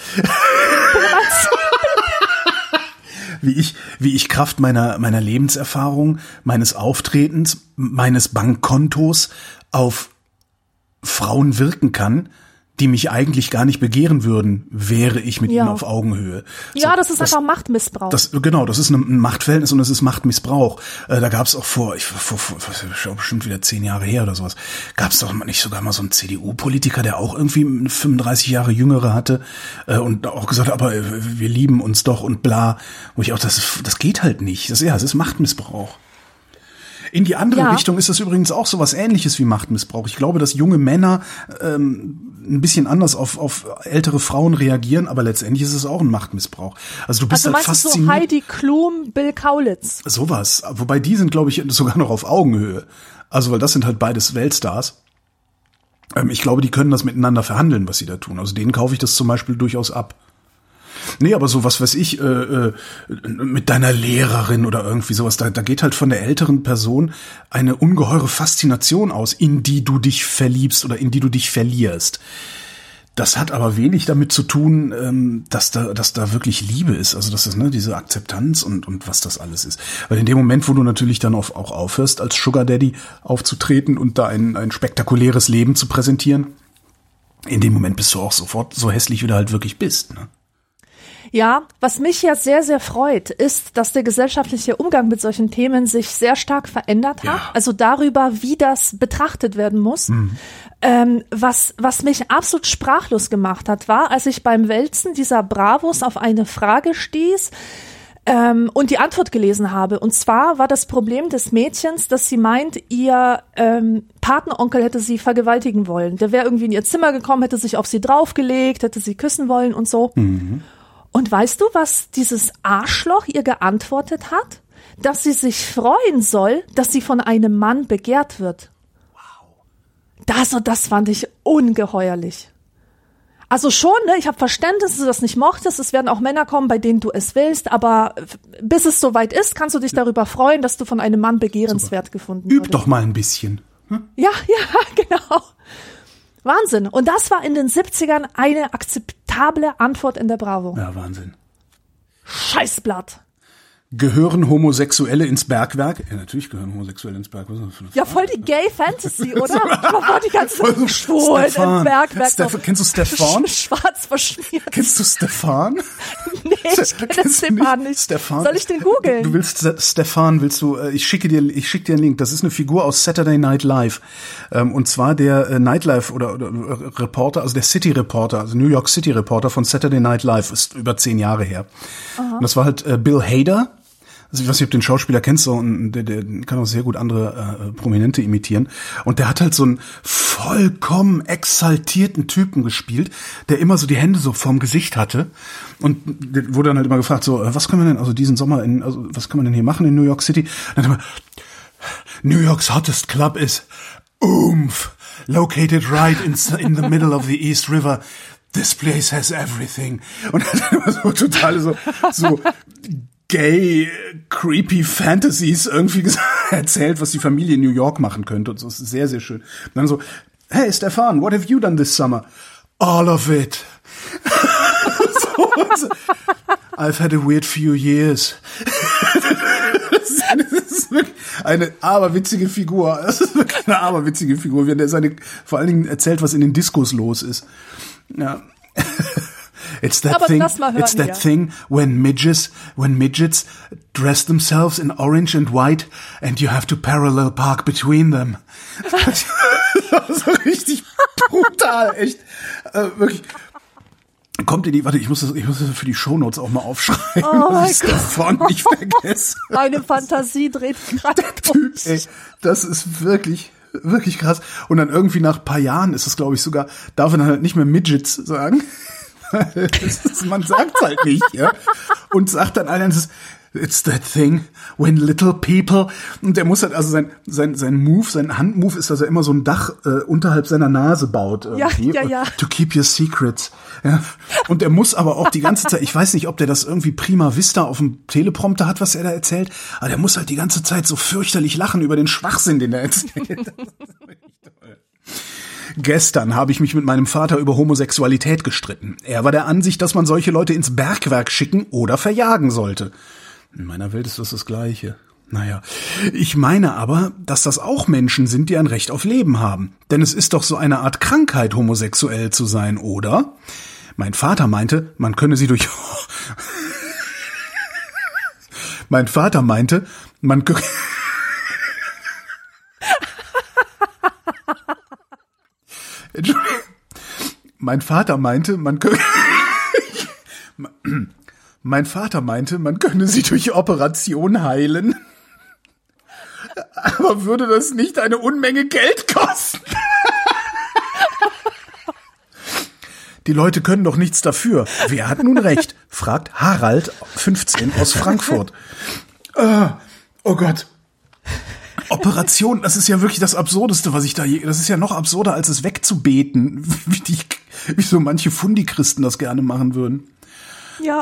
Wie ich Kraft meiner Lebenserfahrung, meines Auftretens, meines Bankkontos auf Frauen wirken kann, die mich eigentlich gar nicht begehren würden, wäre ich mit ihnen auf Augenhöhe. Ja, das ist einfach Machtmissbrauch. Das ist ein Machtverhältnis und es ist Machtmissbrauch. Da gab es auch vor bestimmt wieder 10 Jahre her oder sowas, gab es doch nicht sogar mal so einen CDU-Politiker, der auch irgendwie 35 Jahre Jüngere hatte und auch gesagt hat, aber wir lieben uns doch und bla. Wo ich auch, das geht halt nicht. Es ist Machtmissbrauch. In die andere Richtung ist das übrigens auch sowas Ähnliches wie Machtmissbrauch. Ich glaube, dass junge Männer ein bisschen anders auf ältere Frauen reagieren, aber letztendlich ist es auch ein Machtmissbrauch. Also du bist halt fasziniert. So Heidi Klum, Bill Kaulitz. Sowas. Wobei die sind, glaube ich, sogar noch auf Augenhöhe. Also weil das sind halt beides Weltstars. Ich glaube, die können das miteinander verhandeln, was sie da tun. Also denen kaufe ich das zum Beispiel durchaus ab. Nee, aber so was weiß ich, mit deiner Lehrerin oder irgendwie sowas, da geht halt von der älteren Person eine ungeheure Faszination aus, in die du dich verliebst oder in die du dich verlierst. Das hat aber wenig damit zu tun, dass da wirklich Liebe ist, also das ist diese Akzeptanz und was das alles ist. Weil in dem Moment, wo du natürlich dann auch aufhörst, als Sugar Daddy aufzutreten und da ein spektakuläres Leben zu präsentieren, in dem Moment bist du auch sofort so hässlich, wie du halt wirklich bist, ne? Ja, was mich ja sehr, sehr freut, ist, dass der gesellschaftliche Umgang mit solchen Themen sich sehr stark verändert hat. Ja. Also darüber, wie das betrachtet werden muss. Mhm. Was mich absolut sprachlos gemacht hat, war, als ich beim Wälzen dieser Bravos auf eine Frage stieß und die Antwort gelesen habe. Und zwar war das Problem des Mädchens, dass sie meint, ihr Patenonkel hätte sie vergewaltigen wollen. Der wäre irgendwie in ihr Zimmer gekommen, hätte sich auf sie draufgelegt, hätte sie küssen wollen und so. Mhm. Und weißt du, was dieses Arschloch ihr geantwortet hat? Dass sie sich freuen soll, dass sie von einem Mann begehrt wird. Wow. Das fand ich ungeheuerlich. Also schon, ne, ich habe Verständnis, dass du das nicht mochtest. Es werden auch Männer kommen, bei denen du es willst. Aber bis es soweit ist, kannst du dich darüber freuen, dass du von einem Mann begehrenswert gefunden wurdest. Üb doch mal ein bisschen. Hm? Ja, genau. Wahnsinn. Und das war in den 70ern eine akzeptable Antwort in der Bravo. Ja, Wahnsinn. Scheißblatt. Gehören Homosexuelle ins Bergwerk? Ja, natürlich gehören Homosexuelle ins Bergwerk. Ja, voll die Gay-Fantasy, oder? War die ganzen Schwulen im Bergwerk. Kennst du Stefan? Schwarz verschmiert. Kennst du Stefan? Nee, ich kenne Stefan nicht. Stefan? Soll ich den googeln? Du willst Stefan, ich schicke dir einen Link. Das ist eine Figur aus Saturday Night Live. Und zwar der Nightlife oder Reporter, also der City Reporter, also New York City Reporter von Saturday Night Live, ist über 10 Jahre her. Aha. Und das war halt Bill Hader. Also ich weiß nicht, ob du den Schauspieler kennst, der kann auch sehr gut andere Prominente imitieren. Und der hat halt so einen vollkommen exaltierten Typen gespielt, der immer so die Hände so vorm Gesicht hatte. Und der wurde dann halt immer gefragt, so, was können wir denn, also diesen Sommer was kann man denn hier machen in New York City? Und dann hat er immer, New York's hottest club is Oomph, located right in the middle of the East River. This place has everything. Und er hat immer so total so gay, creepy Fantasies irgendwie erzählt, was die Familie in New York machen könnte. Und so, ist sehr, sehr schön. Und dann so, hey Stefan, what have you done this summer? All of it. so. I've had a weird few years. Das ist wirklich eine aberwitzige Figur. Das ist wirklich eine aberwitzige Figur, wie der vor allen Dingen erzählt, was in den Diskos los ist. Ja. It's that thing when midgets dress themselves in orange and white and you have to parallel park between them. Das war so richtig brutal, echt. Wirklich. kommt in die, warte, ich muss das für die Shownotes auch mal aufschreiben, dass ich das vorne nicht vergesse. Meine Fantasie dreht gerade durch. Ey, das ist wirklich krass. Und dann irgendwie nach ein paar Jahren ist es, glaube ich, sogar, darf man halt nicht mehr Midgets sagen. Man sagt's halt nicht, ja. Und sagt dann allen, it's that thing when little people, und der muss halt, also sein Handmove ist, dass er immer so ein Dach unterhalb seiner Nase baut. Irgendwie, ja. To keep your secrets. Ja. Und er muss aber auch die ganze Zeit, ich weiß nicht, ob der das irgendwie prima vista auf dem Teleprompter hat, was er da erzählt, aber der muss halt die ganze Zeit so fürchterlich lachen über den Schwachsinn, den er erzählt. Gestern habe ich mich mit meinem Vater über Homosexualität gestritten. Er war der Ansicht, dass man solche Leute ins Bergwerk schicken oder verjagen sollte. In meiner Welt ist das Gleiche. Naja, ich meine aber, dass das auch Menschen sind, die ein Recht auf Leben haben. Denn es ist doch so eine Art Krankheit, homosexuell zu sein, oder? Mein Vater meinte, man könne sie durch... Mein Vater meinte, man könne... Mein Vater meinte, man könne sie durch Operation heilen. Aber würde das nicht eine Unmenge Geld kosten? Die Leute können doch nichts dafür. Wer hat nun recht? Fragt Harald, 15, aus Frankfurt. Oh Gott. Operation, das ist ja wirklich das Absurdeste, was ich da das ist ja noch absurder, als es wegzubeten, wie so manche Fundichristen das gerne machen würden. Ja.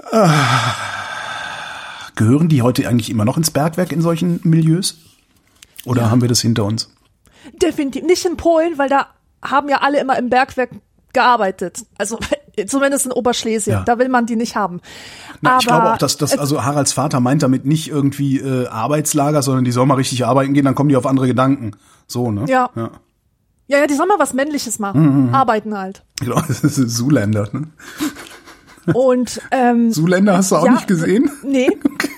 Gehören die heute eigentlich immer noch ins Bergwerk in solchen Milieus? Oder haben wir das hinter uns? Definitiv. Nicht in Polen, weil da haben ja alle immer im Bergwerk gearbeitet. Also zumindest in Oberschlesien. Ja. Da will man die nicht haben. Na, aber ich glaube auch, dass also Haralds Vater meint damit nicht irgendwie Arbeitslager, sondern die sollen mal richtig arbeiten gehen, dann kommen die auf andere Gedanken. So, ne? Ja. Ja, die sollen mal was Männliches machen. Arbeiten halt. Genau, das ist Zoolander, ne? Und Zoolander hast du auch nicht gesehen? Nee.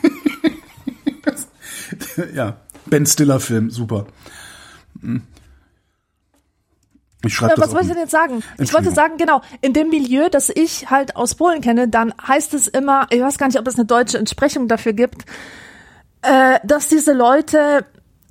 Ja, Ben Stiller Film, super. Ich schreibe das. Was wollte ich denn jetzt sagen? Ich wollte sagen, genau, in dem Milieu, das ich halt aus Polen kenne, dann heißt es immer, ich weiß gar nicht, ob es eine deutsche Entsprechung dafür gibt, dass diese Leute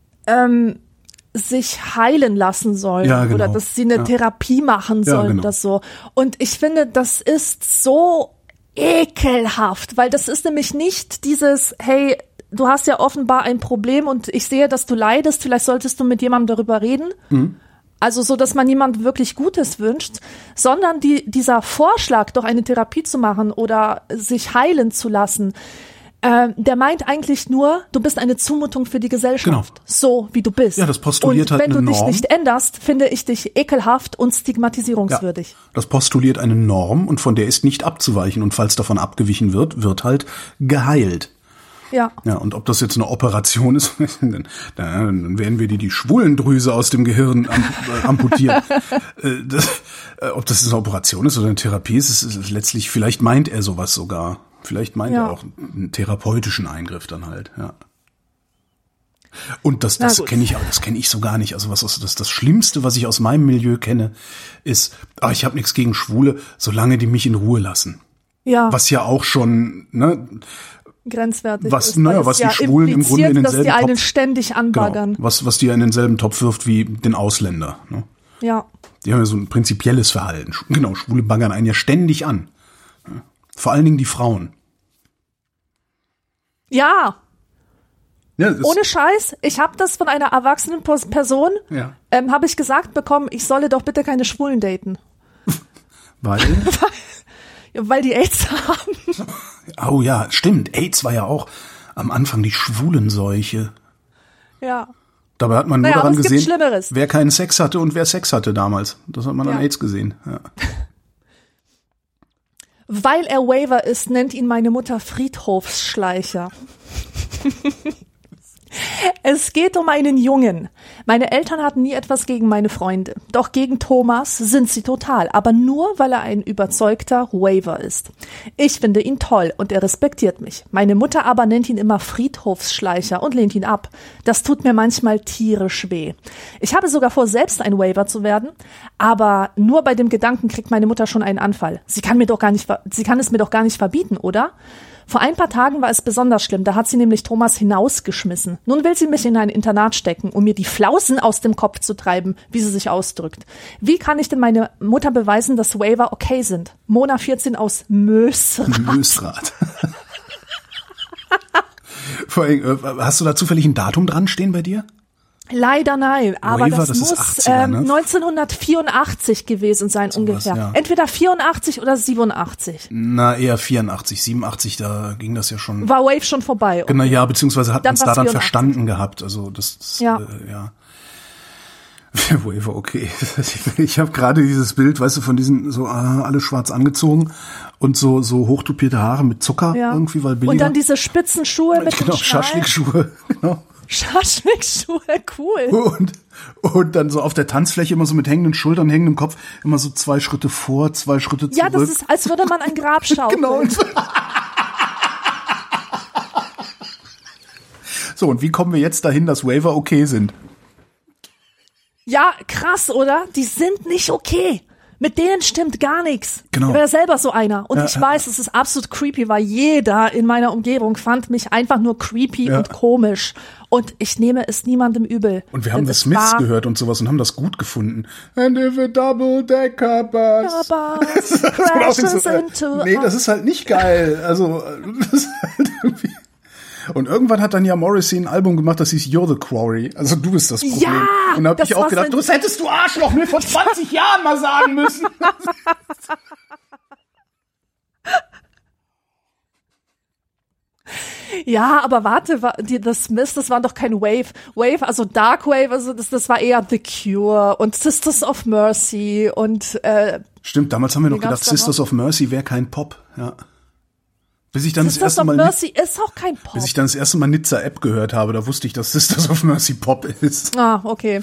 sich heilen lassen sollen, ja, genau. Oder dass sie eine Therapie machen sollen, genau. Oder so. Und ich finde, das ist so ekelhaft, weil das ist nämlich nicht dieses, hey, du hast ja offenbar ein Problem und ich sehe, dass du leidest, vielleicht solltest du mit jemandem darüber reden. Also so, dass man niemand wirklich Gutes wünscht, sondern dieser Vorschlag, doch eine Therapie zu machen oder sich heilen zu lassen, der meint eigentlich nur, du bist eine Zumutung für die Gesellschaft, genau. So wie du bist. Ja, das postuliert halt eine Norm. Und wenn du dich nicht änderst, finde ich dich ekelhaft und stigmatisierungswürdig. Ja, das postuliert eine Norm und von der ist nicht abzuweichen und falls davon abgewichen wird halt geheilt. Ja. Ja, und ob das jetzt eine Operation ist, dann werden wir die Schwulendrüse aus dem Gehirn amputieren. Ob das eine Operation ist oder eine Therapie ist letztlich, vielleicht meint er sowas sogar. Vielleicht meint er auch einen therapeutischen Eingriff dann halt, ja. Und das kenne ich so gar nicht. Also das Schlimmste, was ich aus meinem Milieu kenne, ist, ich habe nichts gegen Schwule, solange die mich in Ruhe lassen. Ja. Was ja auch schon, ne, grenzwertig was, ist. Naja, was die Schwulen im Grunde in denselben dass die einen ständig anbaggern. Genau, was die in denselben Topf wirft wie den Ausländer. Ne? Ja. Die haben ja so ein prinzipielles Verhalten. Genau, Schwule baggern einen ja ständig an. Ja? Vor allen Dingen die Frauen. Ja. Ohne Scheiß, ich habe das von einer erwachsenen Person, habe ich gesagt bekommen, ich solle doch bitte keine Schwulen daten. Weil? Weil die AIDS haben. Oh ja, stimmt. AIDS war ja auch am Anfang die Schwulenseuche. Ja. Dabei hat man nur daran gesehen, wer keinen Sex hatte und wer Sex hatte damals. Das hat man an AIDS gesehen. Ja. Weil er Waiver ist, nennt ihn meine Mutter Friedhofsschleicher. Es geht um einen Jungen. Meine Eltern hatten nie etwas gegen meine Freunde. Doch gegen Thomas sind sie total. Aber nur, weil er ein überzeugter Waver ist. Ich finde ihn toll und er respektiert mich. Meine Mutter aber nennt ihn immer Friedhofsschleicher und lehnt ihn ab. Das tut mir manchmal tierisch weh. Ich habe sogar vor, selbst ein Waver zu werden. Aber nur bei dem Gedanken kriegt meine Mutter schon einen Anfall. Sie kann es mir doch gar nicht verbieten, oder? Vor ein paar Tagen war es besonders schlimm, da hat sie nämlich Thomas hinausgeschmissen. Nun will sie mich in ein Internat stecken, um mir die Flausen aus dem Kopf zu treiben, wie sie sich ausdrückt. Wie kann ich denn meine Mutter beweisen, dass Waver okay sind? Mona 14 aus Mösrath. Vor allem, hast du da zufällig ein Datum dran stehen bei dir? Leider nein, aber Waver, das muss 80er, ne? 1984 gewesen sein, so ungefähr. Ja. Entweder 84 oder 87. Na, eher 84, 87, da ging das ja schon. War Wave schon vorbei. Genau, ja, beziehungsweise hat man es da dann verstanden gehabt. Also das ja. Waver, okay. Ich habe gerade dieses Bild, weißt du, von diesen so alle schwarz angezogen und so hochtupierte Haare mit Zucker irgendwie, weil billiger. Und dann diese spitzen Schuhe mit genau, Schaschlik-Schuhe, genau. Schaschlik-Schuhe, cool. Und dann so auf der Tanzfläche immer so mit hängenden Schultern, hängendem Kopf, immer so 2 Schritte vor, 2 Schritte zurück. Ja, das ist, als würde man ein Grab schauen. Genau. So, und wie kommen wir jetzt dahin, dass Waver okay sind? Ja, krass, oder? Die sind nicht okay. Mit denen stimmt gar nichts. Genau. Ich war ja selber so einer. Und ich weiß, es ist absolut creepy, weil jeder in meiner Umgebung fand mich einfach nur creepy und komisch. Und ich nehme es niemandem übel. Und wir haben The Smiths gehört und sowas und haben das gut gefunden. And if a double-decker bus crashes into... Nee, das ist halt nicht geil. Also, das ist halt irgendwie... Und irgendwann hat dann ja Morrissey ein Album gemacht, das hieß You're the Quarry. Also du bist das Problem. Ja, und da hab ich auch gedacht, das hättest du Arschloch mir vor 20 Jahren mal sagen müssen. Ja, aber warte, das Smiths, das war doch kein Wave. Wave, also Dark Wave, also das war eher The Cure und Sisters of Mercy und Stimmt, damals haben wir noch gedacht, Sisters of Mercy wäre kein Pop, ja. Bis ich dann Sisters of Mercy ist auch kein Pop. Bis ich dann das erste Mal Nizza App gehört habe, da wusste ich, dass Sisters of Mercy Pop ist. Ah, okay.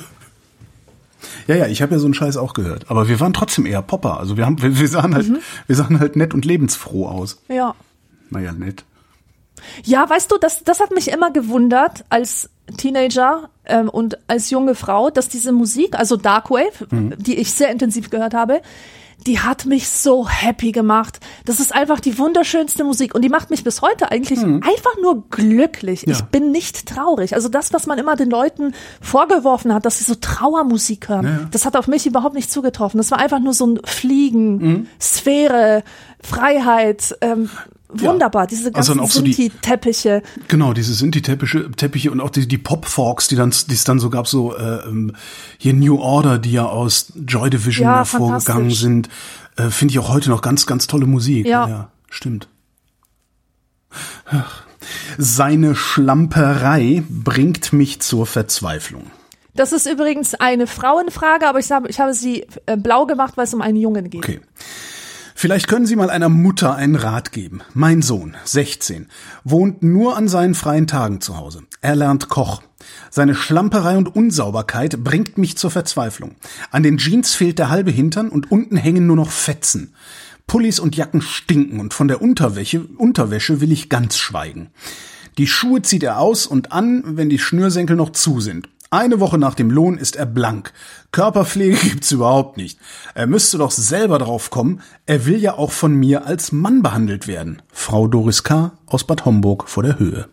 Ja, ich habe ja so einen Scheiß auch gehört. Aber wir waren trotzdem eher Popper. Also wir sahen halt nett und lebensfroh aus. Ja. Naja, nett. Ja, weißt du, das hat mich immer gewundert als Teenager und als junge Frau, dass diese Musik, also Darkwave, die ich sehr intensiv gehört habe, die hat mich so happy gemacht. Das ist einfach die wunderschönste Musik und die macht mich bis heute eigentlich einfach nur glücklich. Ja. Ich bin nicht traurig. Also das, was man immer den Leuten vorgeworfen hat, dass sie so Trauermusik hören, das hat auf mich überhaupt nicht zugetroffen. Das war einfach nur so ein Fliegen, Sphäre, Freiheit, wunderbar, diese ganzen Sinti-Teppiche. Genau, diese Sinti-Teppiche und auch die Pop-Forks, die es dann so gab, so hier New Order, die ja aus Joy Division hervorgegangen sind, finde ich auch heute noch ganz, ganz tolle Musik. Ja, stimmt. Ach. Seine Schlamperei bringt mich zur Verzweiflung. Das ist übrigens eine Frauenfrage, aber ich habe sie blau gemacht, weil es um einen Jungen geht. Okay. Vielleicht können Sie mal einer Mutter einen Rat geben. Mein Sohn, 16, wohnt nur an seinen freien Tagen zu Hause. Er lernt Koch. Seine Schlamperei und Unsauberkeit bringt mich zur Verzweiflung. An den Jeans fehlt der halbe Hintern und unten hängen nur noch Fetzen. Pullis und Jacken stinken und von der Unterwäsche will ich ganz schweigen. Die Schuhe zieht er aus und an, wenn die Schnürsenkel noch zu sind. Eine Woche nach dem Lohn ist er blank. Körperpflege gibt's überhaupt nicht. Er müsste doch selber drauf kommen. Er will ja auch von mir als Mann behandelt werden. Frau Doris K. aus Bad Homburg vor der Höhe.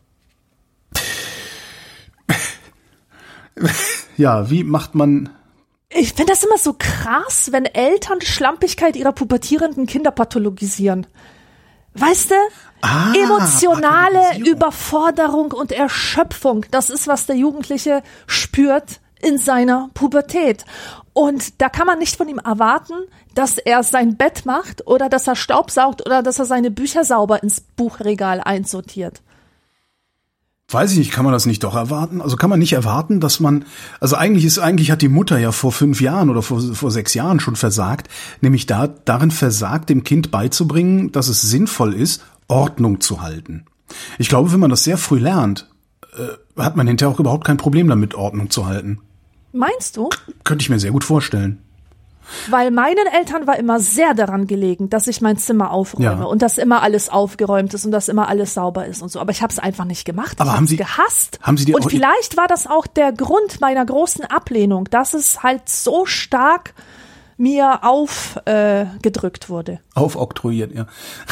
Ja, wie macht man... Ich finde das immer so krass, wenn Eltern die Schlampigkeit ihrer pubertierenden Kinder pathologisieren. Weißt du? Emotionale Überforderung und Erschöpfung, das ist, was der Jugendliche spürt in seiner Pubertät. Und da kann man nicht von ihm erwarten, dass er sein Bett macht oder dass er staubsaugt oder dass er seine Bücher sauber ins Buchregal einsortiert. Weiß ich nicht, kann man das nicht doch erwarten? Also kann man nicht erwarten, dass man, also eigentlich hat die Mutter ja vor 5 Jahren oder vor 6 Jahren schon versagt, nämlich darin versagt, dem Kind beizubringen, dass es sinnvoll ist, Ordnung zu halten. Ich glaube, wenn man das sehr früh lernt, hat man hinterher auch überhaupt kein Problem damit, Ordnung zu halten. Meinst du? Könnte ich mir sehr gut vorstellen. Weil meinen Eltern war immer sehr daran gelegen, dass ich mein Zimmer aufräume und dass immer alles aufgeräumt ist und dass immer alles sauber ist und so. Aber ich habe es einfach nicht gemacht. Aber ich habe es gehasst. Haben Sie die und vielleicht war das auch der Grund meiner großen Ablehnung, dass es halt so stark mir aufgedrückt wurde. Aufoktroyiert, ja.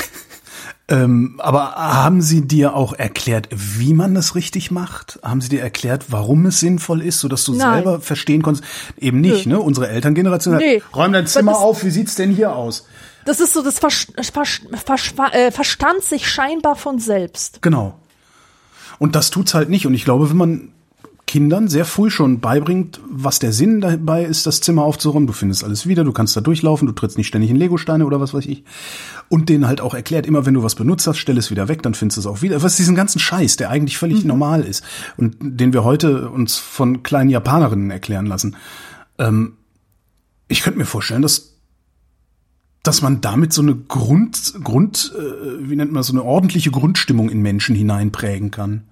Aber haben Sie dir auch erklärt, wie man das richtig macht? Haben Sie dir erklärt, warum es sinnvoll ist, sodass du selber verstehen konntest? Eben nicht, ne? Unsere Elterngeneration hat, räum dein Zimmer auf, wie sieht's denn hier aus? Das ist so, das verstand sich scheinbar von selbst. Genau. Und das tut's halt nicht. Und ich glaube, wenn man Kindern sehr früh schon beibringt, was der Sinn dabei ist, das Zimmer aufzuräumen. Du findest alles wieder, du kannst da durchlaufen, du trittst nicht ständig in Legosteine oder was weiß ich. Und denen halt auch erklärt, immer wenn du was benutzt hast, stell es wieder weg, dann findest du es auch wieder. Was ist diesen ganzen Scheiß, der eigentlich völlig normal ist und den wir heute uns von kleinen Japanerinnen erklären lassen. Ich könnte mir vorstellen, dass man damit so eine wie nennt man so eine ordentliche Grundstimmung in Menschen hineinprägen kann.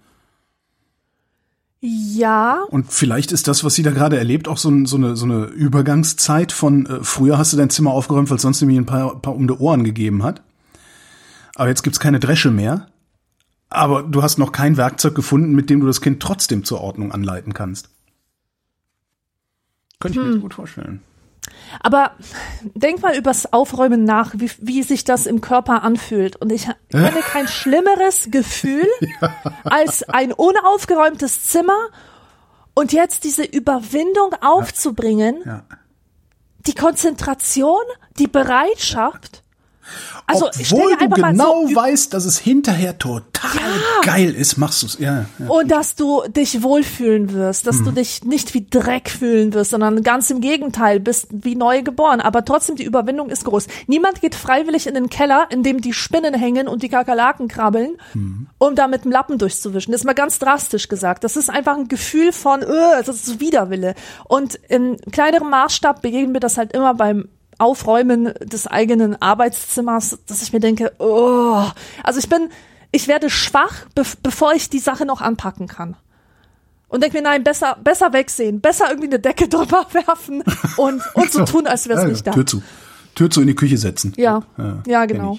Ja. Und vielleicht ist das, was sie da gerade erlebt, auch so eine Übergangszeit von früher hast du dein Zimmer aufgeräumt, weil es sonst nämlich ein paar um die Ohren gegeben hat. Aber jetzt gibt's keine Dresche mehr. Aber du hast noch kein Werkzeug gefunden, mit dem du das Kind trotzdem zur Ordnung anleiten kannst. Könnte ich mir gut vorstellen. Aber denk mal übers Aufräumen nach, wie sich das im Körper anfühlt. Und ich kenne kein schlimmeres Gefühl als ein unaufgeräumtes Zimmer und jetzt diese Überwindung aufzubringen, die Konzentration, die Bereitschaft. Also, obwohl du genau weißt, dass es hinterher total geil ist, machst du es. Ja. Und dass du dich wohlfühlen wirst, dass du dich nicht wie Dreck fühlen wirst, sondern ganz im Gegenteil, bist wie neu geboren. Aber trotzdem, die Überwindung ist groß. Niemand geht freiwillig in den Keller, in dem die Spinnen hängen und die Kakerlaken krabbeln, um da mit dem Lappen durchzuwischen. Das ist mal ganz drastisch gesagt. Das ist einfach ein Gefühl von, das ist Widerwille. Und in kleinerem Maßstab begegnen wir das halt immer beim Aufräumen des eigenen Arbeitszimmers, dass ich mir denke, also ich werde schwach, bevor ich die Sache noch anpacken kann. Und denke mir, nein, besser wegsehen, besser irgendwie eine Decke drüber werfen und so tun, als wäre es nicht da. Tür zu in die Küche setzen. Ja, genau.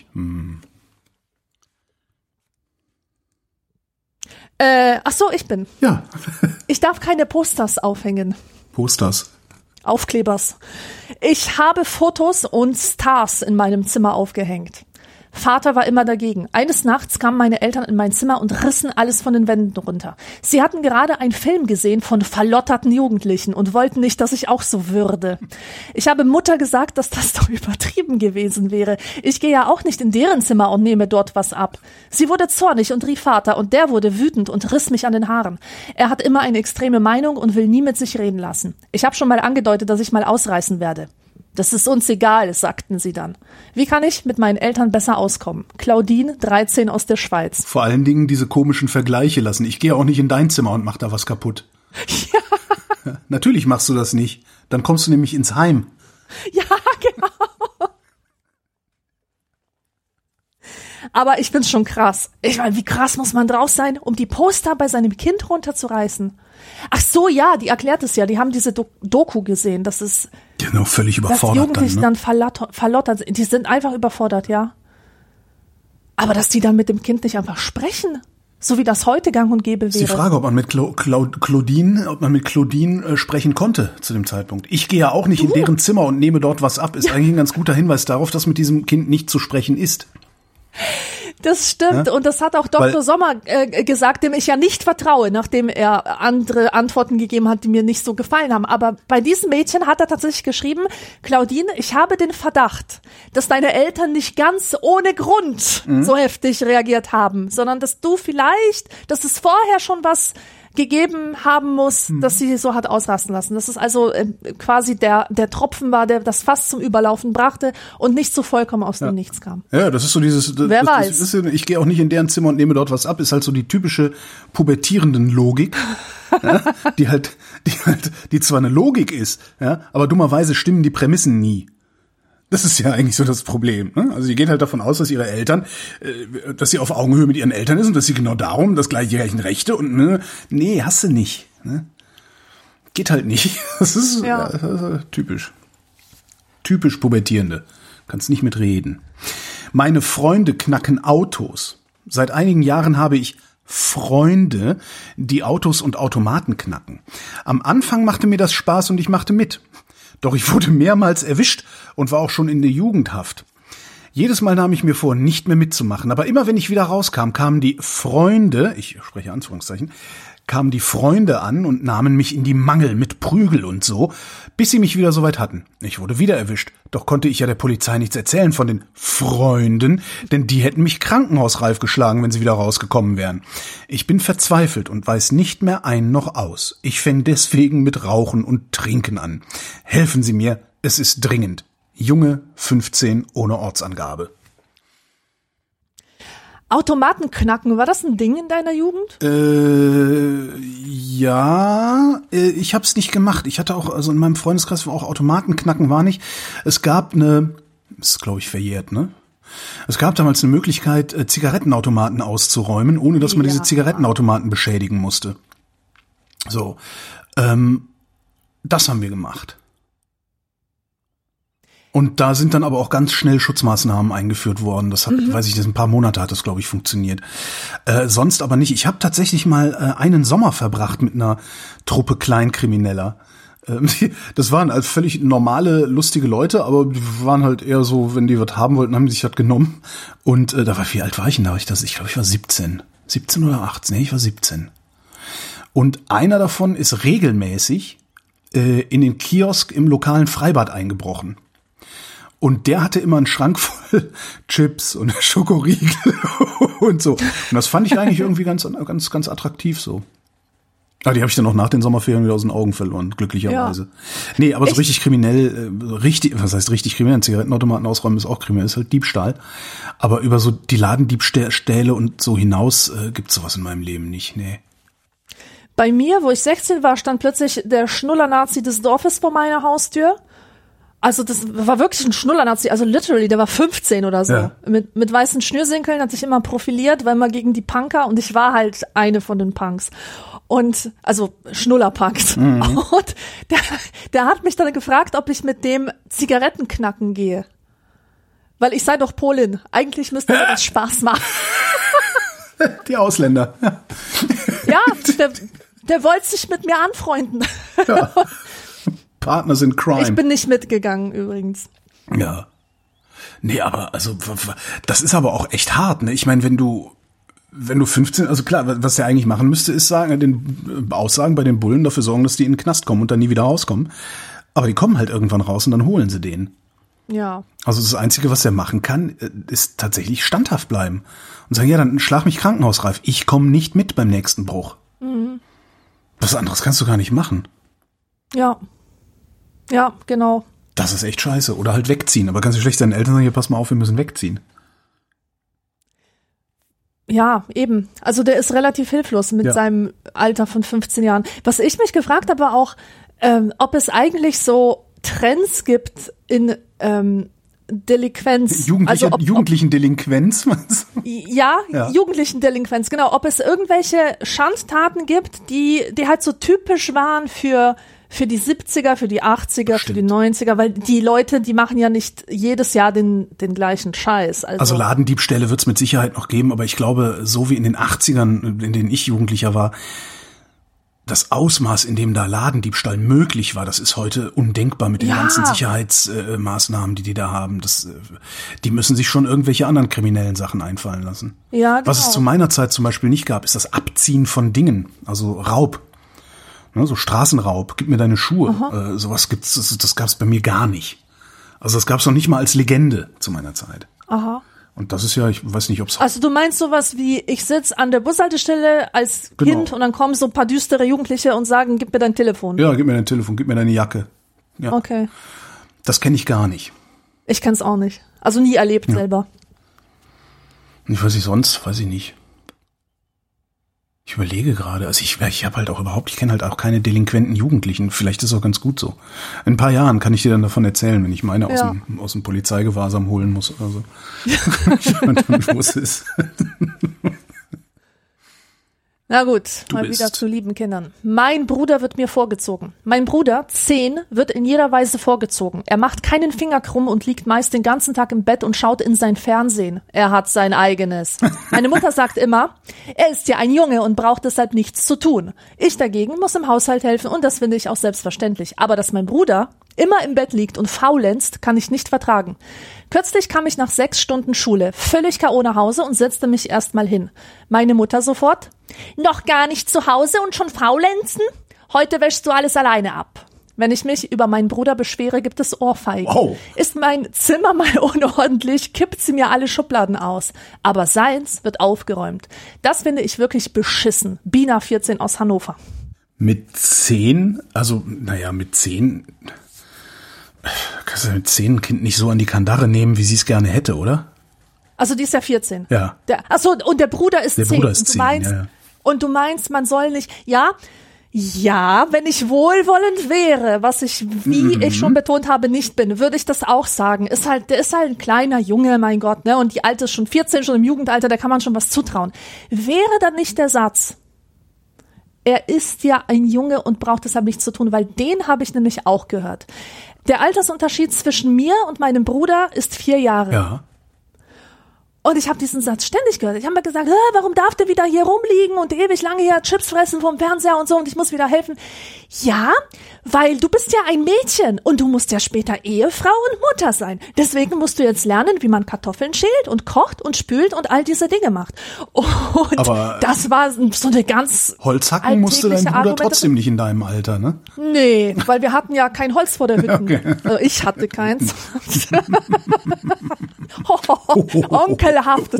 Ach so, ich bin. Ja. Ich darf keine Posters aufhängen. Aufklebers. Ich habe Fotos und Stars in meinem Zimmer aufgehängt. Vater war immer dagegen. Eines Nachts kamen meine Eltern in mein Zimmer und rissen alles von den Wänden runter. Sie hatten gerade einen Film gesehen von verlotterten Jugendlichen und wollten nicht, dass ich auch so würde. Ich habe Mutter gesagt, dass das doch übertrieben gewesen wäre. Ich gehe ja auch nicht in deren Zimmer und nehme dort was ab. Sie wurde zornig und rief Vater und der wurde wütend und riss mich an den Haaren. Er hat immer eine extreme Meinung und will nie mit sich reden lassen. Ich habe schon mal angedeutet, dass ich mal ausreißen werde. Das ist uns egal, sagten sie dann. Wie kann ich mit meinen Eltern besser auskommen? Claudine, 13 aus der Schweiz. Vor allen Dingen diese komischen Vergleiche lassen. Ich gehe auch nicht in dein Zimmer und mach da was kaputt. Ja. Natürlich machst du das nicht. Dann kommst du nämlich ins Heim. Ja, genau. Aber ich find's schon krass. Ich meine, wie krass muss man drauf sein, um die Poster bei seinem Kind runterzureißen? Ach so, ja, die erklärt es ja. Die haben diese Doku gesehen. Das ist... Die sind auch völlig überfordert. Dass Jugendliche dann verlottert sind. Die sind einfach überfordert, ja. Aber dass die dann mit dem Kind nicht einfach sprechen, so wie das heute gang und gäbe wäre. Ist die Frage, ob man mit Claudine sprechen konnte zu dem Zeitpunkt. Ich gehe ja auch nicht in deren Zimmer und nehme dort was ab. Ist eigentlich ein ganz guter Hinweis darauf, dass mit diesem Kind nicht zu sprechen ist. Das stimmt, ja? Und das hat auch Dr. Sommer gesagt, dem ich ja nicht vertraue, nachdem er andere Antworten gegeben hat, die mir nicht so gefallen haben. Aber bei diesem Mädchen hat er tatsächlich geschrieben, Claudine, ich habe den Verdacht, dass deine Eltern nicht ganz ohne Grund so heftig reagiert haben, sondern dass es vorher schon was gegeben haben muss, dass sie so hat ausrasten lassen. Das ist also quasi der Tropfen war, der das Fass zum Überlaufen brachte und nicht so vollkommen aus dem Nichts kam. Ja, das ist so dieses, Wer weiß. Ich gehe auch nicht in deren Zimmer und nehme dort was ab, ist halt so die typische pubertierenden Logik, ja, die zwar eine Logik ist, ja, aber dummerweise stimmen die Prämissen nie. Das ist ja eigentlich so das Problem. Ne? Also sie geht halt davon aus, dass ihre Eltern, dass sie auf Augenhöhe mit ihren Eltern ist und dass sie genau darum die gleichen Rechte und nee, hast du nicht. Ne? Geht halt nicht. Das ist typisch. Typisch Pubertierende. Kannst nicht mitreden. Meine Freunde knacken Autos. Seit einigen Jahren habe ich Freunde, die Autos und Automaten knacken. Am Anfang machte mir das Spaß und ich machte mit. Doch ich wurde mehrmals erwischt und war auch schon in der Jugendhaft. Jedes Mal nahm ich mir vor, nicht mehr mitzumachen. Aber immer wenn ich wieder rauskam, kamen die Freunde, ich spreche Anführungszeichen, kamen die Freunde an und nahmen mich in die Mangel mit Prügel und so, bis sie mich wieder soweit hatten. Ich wurde wieder erwischt, doch konnte ich ja der Polizei nichts erzählen von den Freunden, denn die hätten mich krankenhausreif geschlagen, wenn sie wieder rausgekommen wären. Ich bin verzweifelt und weiß nicht mehr ein noch aus. Ich fäng deswegen mit Rauchen und Trinken an. Helfen Sie mir, es ist dringend. Junge, 15, ohne Ortsangabe. Automaten knacken, war das ein Ding in deiner Jugend? Ja, ich hab's nicht gemacht. Ich hatte auch, also in meinem Freundeskreis war auch Automaten knacken war nicht. Es gab das ist glaube ich verjährt, ne? Es gab damals eine Möglichkeit, Zigarettenautomaten auszuräumen, ohne dass man diese Zigarettenautomaten beschädigen musste. So, das haben wir gemacht. Und da sind dann aber auch ganz schnell Schutzmaßnahmen eingeführt worden. Das hat, weiß ich, ein paar Monate hat das, glaube ich, funktioniert. Sonst aber nicht. Ich habe tatsächlich mal einen Sommer verbracht mit einer Truppe Kleinkrimineller. Das waren also völlig normale, lustige Leute, aber die waren halt eher so, wenn die was haben wollten, haben die sich das genommen. Und wie alt war ich denn da? Ich glaube, ich war 17. 17 oder 18? Nee, ich war 17. Und einer davon ist regelmäßig in den Kiosk im lokalen Freibad eingebrochen. Und der hatte immer einen Schrank voll Chips und Schokoriegel und so. Und das fand ich eigentlich irgendwie ganz attraktiv so. Aber die habe ich dann auch nach den Sommerferien wieder aus den Augen verloren, glücklicherweise. Ja. Nee, aber so richtig kriminell, was heißt richtig kriminell? Ein Zigarettenautomaten ausräumen ist auch kriminell, ist halt Diebstahl. Aber über so die Ladendiebstähle und so hinaus gibt's sowas in meinem Leben nicht, nee. Bei mir, wo ich 16 war, stand plötzlich der Schnuller-Nazi des Dorfes vor meiner Haustür. Also das war wirklich ein Schnuller-Nazi, also literally, der war 15 oder so. Ja. Mit weißen Schnürsenkeln, hat sich immer profiliert, war immer gegen die Punker und ich war halt eine von den Punks. Und, also Schnuller-Punks. Mhm. Und der hat mich dann gefragt, ob ich mit dem Zigaretten knacken gehe. Weil ich sei doch Polin. Eigentlich müsste mir das Spaß machen. Die Ausländer. Ja, der wollte sich mit mir anfreunden. Ja. Partners in Crime. Ich bin nicht mitgegangen übrigens. Ja. Nee, aber also das ist aber auch echt hart, ne? Ich meine, wenn du 15, also klar, was der eigentlich machen müsste, ist aussagen bei den Bullen, dafür sorgen, dass die in den Knast kommen und dann nie wieder rauskommen. Aber die kommen halt irgendwann raus und dann holen sie den. Ja. Also das Einzige, was der machen kann, ist tatsächlich standhaft bleiben. Und sagen, ja, dann schlag mich krankenhausreif. Ich komme nicht mit beim nächsten Bruch. Mhm. Was anderes kannst du gar nicht machen. Ja. Ja, genau. Das ist echt scheiße. Oder halt wegziehen. Aber kannst du schlecht deinen Eltern sagen, hier, pass mal auf, wir müssen wegziehen. Ja, eben. Also der ist relativ hilflos mit seinem Alter von 15 Jahren. Was ich mich gefragt habe, war auch, ob es eigentlich so Trends gibt in Delinquenz. Jugendlichen Delinquenz? Ja, jugendlichen Delinquenz, genau. Ob es irgendwelche Schandtaten gibt, die halt so typisch waren für die 70er, für die 80er, Stimmt. Für die 90er, weil die Leute, die machen ja nicht jedes Jahr den gleichen Scheiß. Also Ladendiebstähle wird's mit Sicherheit noch geben, aber ich glaube, so wie in den 80ern, in denen ich Jugendlicher war, das Ausmaß, in dem da Ladendiebstahl möglich war, das ist heute undenkbar mit den ganzen Sicherheitsmaßnahmen, die da haben. Die müssen sich schon irgendwelche anderen kriminellen Sachen einfallen lassen. Ja, genau. Was es zu meiner Zeit zum Beispiel nicht gab, ist das Abziehen von Dingen, also Raub. Ne, so Straßenraub, gib mir deine Schuhe. Sowas gibt's, das gab's bei mir gar nicht. Also das gab's noch nicht mal als Legende zu meiner Zeit. Aha. Und das ist ja, ich weiß nicht, ob's... Also du meinst sowas wie, ich sitz an der Bushaltestelle als Kind und dann kommen so ein paar düstere Jugendliche und sagen, gib mir dein Telefon. Ja, gib mir dein Telefon, gib mir deine Jacke. Ja. Okay. Das kenne ich gar nicht. Ich kenn's auch nicht. Also nie erlebt selber. Ich weiß nicht, sonst weiß ich nicht. Ich überlege gerade, also ich habe halt auch ich kenne halt auch keine delinquenten Jugendlichen. Vielleicht ist es auch ganz gut so. In ein paar Jahren kann ich dir dann davon erzählen, wenn ich meine aus dem Polizeigewahrsam holen muss oder so. Und dann muss es. Na gut, mal wieder zu lieben Kindern. Mein Bruder wird mir vorgezogen. Mein Bruder, 10, wird in jeder Weise vorgezogen. Er macht keinen Finger krumm und liegt meist den ganzen Tag im Bett und schaut in sein Fernsehen. Er hat sein eigenes. Meine Mutter sagt immer, er ist ja ein Junge und braucht deshalb nichts zu tun. Ich dagegen muss im Haushalt helfen und das finde ich auch selbstverständlich. Aber dass mein Bruder immer im Bett liegt und faulenzt, kann ich nicht vertragen. Kürzlich kam ich nach 6 Stunden Schule, völlig K.O. nach Hause und setzte mich erstmal hin. Meine Mutter sofort: Noch gar nicht zu Hause und schon faulenzen? Heute wäschst du alles alleine ab. Wenn ich mich über meinen Bruder beschwere, gibt es Ohrfeigen. Oh. Ist mein Zimmer mal unordentlich, kippt sie mir alle Schubladen aus. Aber seins wird aufgeräumt. Das finde ich wirklich beschissen. Bina, 14, aus Hannover. Mit 10? Also, mit 10... Kannst du mit 10 ein Kind nicht so an die Kandare nehmen, wie sie es gerne hätte, oder? Also die ist ja 14. Ja. Und der Bruder ist 10. Der Bruder ist 10, ja. Und du meinst, man soll nicht, ja, wenn ich wohlwollend wäre, was ich, wie ich schon betont habe, nicht bin, würde ich das auch sagen. Der ist halt ein kleiner Junge, mein Gott, ne? Und die Alte ist schon 14, schon im Jugendalter, da kann man schon was zutrauen. Wäre dann nicht der Satz, er ist ja ein Junge und braucht deshalb nichts zu tun, weil den habe ich nämlich auch gehört. Der Altersunterschied zwischen mir und meinem Bruder ist 4 Jahre. Ja. Und ich habe diesen Satz ständig gehört. Ich habe mir gesagt, warum darf der wieder hier rumliegen und ewig lange hier Chips fressen vom Fernseher und so und ich muss wieder helfen. Ja, weil du bist ja ein Mädchen und du musst ja später Ehefrau und Mutter sein. Deswegen musst du jetzt lernen, wie man Kartoffeln schält und kocht und spült und all diese Dinge macht. Und aber das war so eine ganz Holzhacken musste dein Bruder trotzdem nicht in deinem Alter, ne? Nee, weil wir hatten ja kein Holz vor der Hütte. Okay. Also ich hatte keins. Onkelhaft.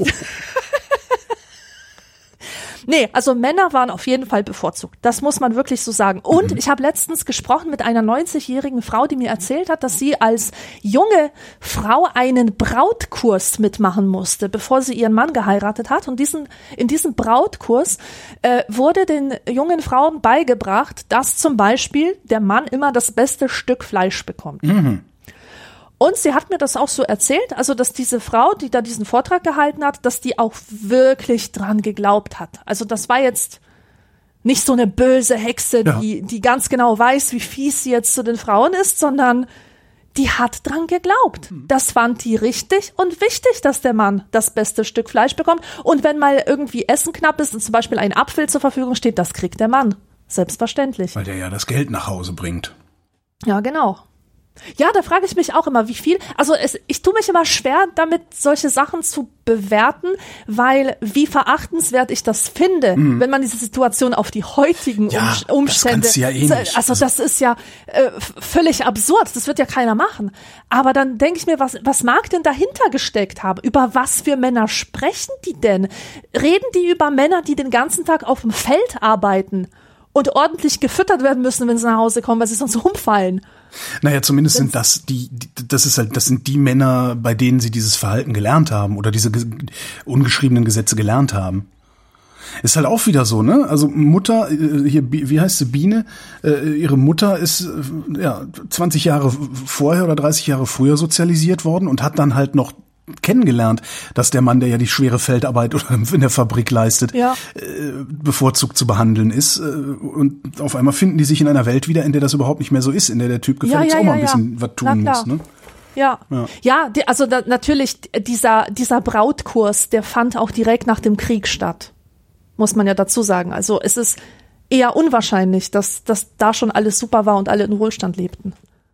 Nee, also Männer waren auf jeden Fall bevorzugt. Das muss man wirklich so sagen. Und ich habe letztens gesprochen mit einer 90-jährigen Frau, die mir erzählt hat, dass sie als junge Frau einen Brautkurs mitmachen musste, bevor sie ihren Mann geheiratet hat. Und in diesem Brautkurs wurde den jungen Frauen beigebracht, dass zum Beispiel der Mann immer das beste Stück Fleisch bekommt. Mhm. Und sie hat mir das auch so erzählt, also dass diese Frau, die da diesen Vortrag gehalten hat, dass die auch wirklich dran geglaubt hat. Also das war jetzt nicht so eine böse Hexe, die ganz genau weiß, wie fies sie jetzt zu den Frauen ist, sondern die hat dran geglaubt. Das fand die richtig und wichtig, dass der Mann das beste Stück Fleisch bekommt. Und wenn mal irgendwie Essen knapp ist und zum Beispiel ein Apfel zur Verfügung steht, das kriegt der Mann. Selbstverständlich. Weil der ja das Geld nach Hause bringt. Ja, genau. Ja, da frage ich mich auch immer, wie viel, also ich tue mich immer schwer damit, solche Sachen zu bewerten, weil wie verachtenswert ich das finde, wenn man diese Situation auf die heutigen Umstände, das ja nicht. Also das ist ja völlig absurd, das wird ja keiner machen. Aber dann denke ich mir, was mag denn dahinter gesteckt haben? Über was für Männer sprechen die denn? Reden die über Männer, die den ganzen Tag auf dem Feld arbeiten und ordentlich gefüttert werden müssen, wenn sie nach Hause kommen, weil sie sonst umfallen? Naja, zumindest sind das sind die Männer, bei denen sie dieses Verhalten gelernt haben oder diese ungeschriebenen Gesetze gelernt haben. Ist halt auch wieder so, ne? Also Mutter, hier, wie heißt sie, Biene? Ihre Mutter ist 20 Jahre vorher oder 30 Jahre früher sozialisiert worden und hat dann halt noch kennengelernt, dass der Mann, der ja die schwere Feldarbeit oder in der Fabrik leistet, bevorzugt zu behandeln ist. Und auf einmal finden die sich in einer Welt wieder, in der das überhaupt nicht mehr so ist, in der der Typ gefälligst auch mal ein bisschen was tun muss. Ne? Natürlich dieser Brautkurs, der fand auch direkt nach dem Krieg statt, muss man ja dazu sagen. Also es ist eher unwahrscheinlich, dass da schon alles super war und alle in Wohlstand lebten.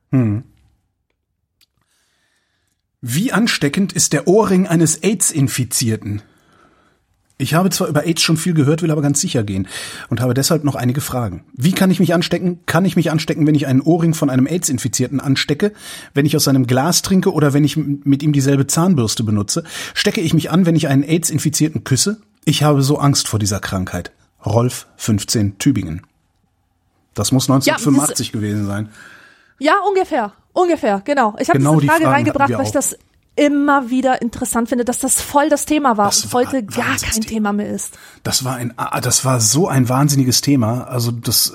Wie ansteckend ist der Ohrring eines AIDS-Infizierten? Ich habe zwar über AIDS schon viel gehört, will aber ganz sicher gehen und habe deshalb noch einige Fragen. Wie kann ich mich anstecken? Kann ich mich anstecken, wenn ich einen Ohrring von einem AIDS-Infizierten anstecke? Wenn ich aus seinem Glas trinke oder wenn ich mit ihm dieselbe Zahnbürste benutze? Stecke ich mich an, wenn ich einen AIDS-Infizierten küsse? Ich habe so Angst vor dieser Krankheit. Rolf, 15, Tübingen. Das muss 1985 gewesen sein. Ja, ungefähr, genau. Ich habe diese Frage reingebracht, weil ich das immer wieder interessant finde, dass das voll das Thema war und heute gar kein Thema mehr ist. Das war so ein wahnsinniges Thema. Also das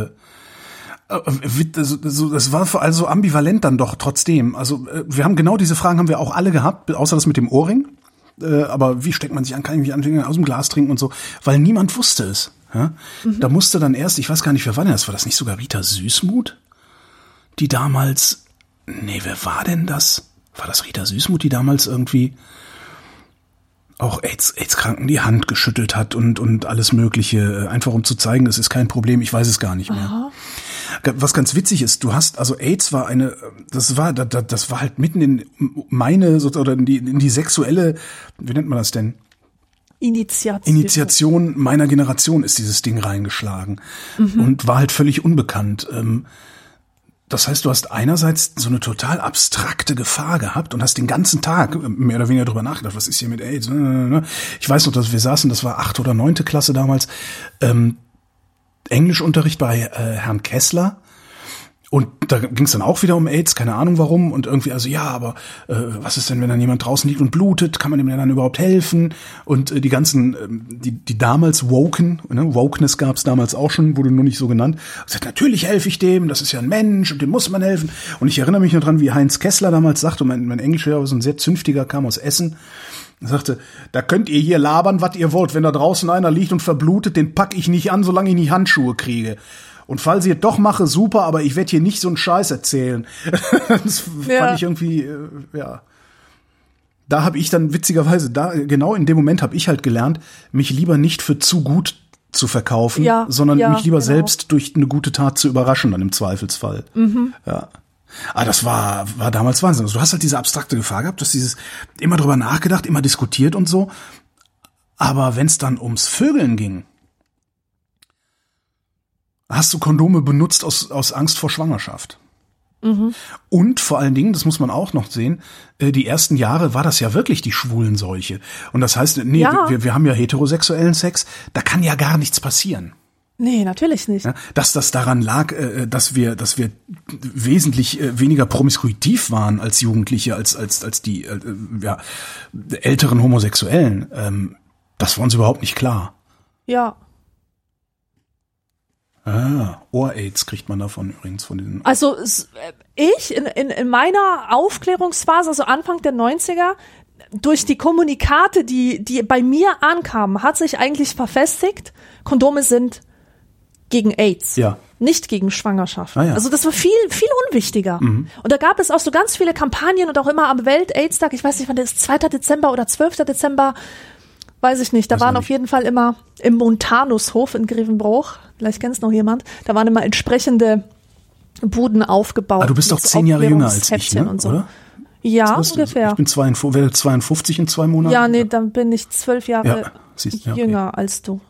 war vor allem so ambivalent dann doch trotzdem. Also wir haben genau diese Fragen haben wir auch alle gehabt, außer das mit dem Ohrring. Aber wie steckt man sich an? Kann ich mich anfangen, aus dem Glas trinken und so? Weil niemand wusste es. Ja? Da musste dann erst, ich weiß gar nicht, wer war denn das? War das nicht sogar Rita Süßmuth? Die damals, wer war denn das? War das Rita Süßmuth, die damals irgendwie auch AIDS-Kranken die Hand geschüttelt hat und alles Mögliche, einfach um zu zeigen, es ist kein Problem, ich weiß es gar nicht mehr. Aha. Was ganz witzig ist, also AIDS war das war halt mitten in oder in die sexuelle, wie nennt man das denn? Initiation meiner Generation ist dieses Ding reingeschlagen und war halt völlig unbekannt. Das heißt, du hast einerseits so eine total abstrakte Gefahr gehabt und hast den ganzen Tag mehr oder weniger drüber nachgedacht, was ist hier mit AIDS? Ich weiß noch, dass wir saßen, das war 8. oder 9. Klasse damals, Englischunterricht bei Herrn Kessler. Und da ging es dann auch wieder um AIDS, keine Ahnung warum. Und irgendwie, aber was ist denn, wenn dann jemand draußen liegt und blutet? Kann man dem denn dann überhaupt helfen? Und die ganzen, die damals Wokeness gab es damals auch schon, wurde nur nicht so genannt. Ich sagte, natürlich helfe ich dem, das ist ja ein Mensch und dem muss man helfen. Und ich erinnere mich noch dran, wie Heinz Kessler damals sagte, und mein Englischlehrer, so ein sehr zünftiger, kam aus Essen, und sagte, da könnt ihr hier labern, was ihr wollt. Wenn da draußen einer liegt und verblutet, den pack ich nicht an, solange ich nicht Handschuhe kriege. Und falls ich es doch mache, super, aber ich werde hier nicht so einen Scheiß erzählen. Das fand ich irgendwie, Da habe ich dann witzigerweise, genau in dem Moment habe ich halt gelernt, mich lieber nicht für zu gut zu verkaufen, sondern mich lieber selbst durch eine gute Tat zu überraschen, dann im Zweifelsfall. Ja. Aber das war damals Wahnsinn. Also du hast halt diese abstrakte Gefahr gehabt, dass dieses immer drüber nachgedacht, immer diskutiert und so. Aber wenn es dann ums Vögeln ging, hast du Kondome benutzt aus Angst vor Schwangerschaft. Und vor allen Dingen, das muss man auch noch sehen, die ersten Jahre war das ja wirklich die Schwulenseuche. Und das heißt, wir haben ja heterosexuellen Sex, da kann ja gar nichts passieren. Nee, natürlich nicht. Ja, dass das daran lag, dass wir wesentlich weniger promiskuitiv waren als Jugendliche, als die älteren Homosexuellen. Das war uns überhaupt nicht klar. Ja. Ohr-Aids kriegt man davon übrigens von diesen. Also ich in meiner Aufklärungsphase, also Anfang der 90er, durch die Kommunikate, die bei mir ankamen, hat sich eigentlich verfestigt, Kondome sind gegen AIDS, nicht gegen Schwangerschaft. Also das war viel, viel unwichtiger. Und da gab es auch so ganz viele Kampagnen und auch immer am Welt-AIDS-Tag, ich weiß nicht, wann das ist, 2. Dezember oder 12. Dezember, weiß ich nicht, da waren auf jeden Fall immer im Montanushof in Grevenbruch, vielleicht kennt es noch jemand, da waren immer entsprechende Buden aufgebaut. Du bist doch 10 Jahre jünger als ich, ne? Und so. Oder? Ja, ungefähr. Ich bin 52 in 2 Monaten. Ja, nee, dann bin ich 12 Jahre jünger als du.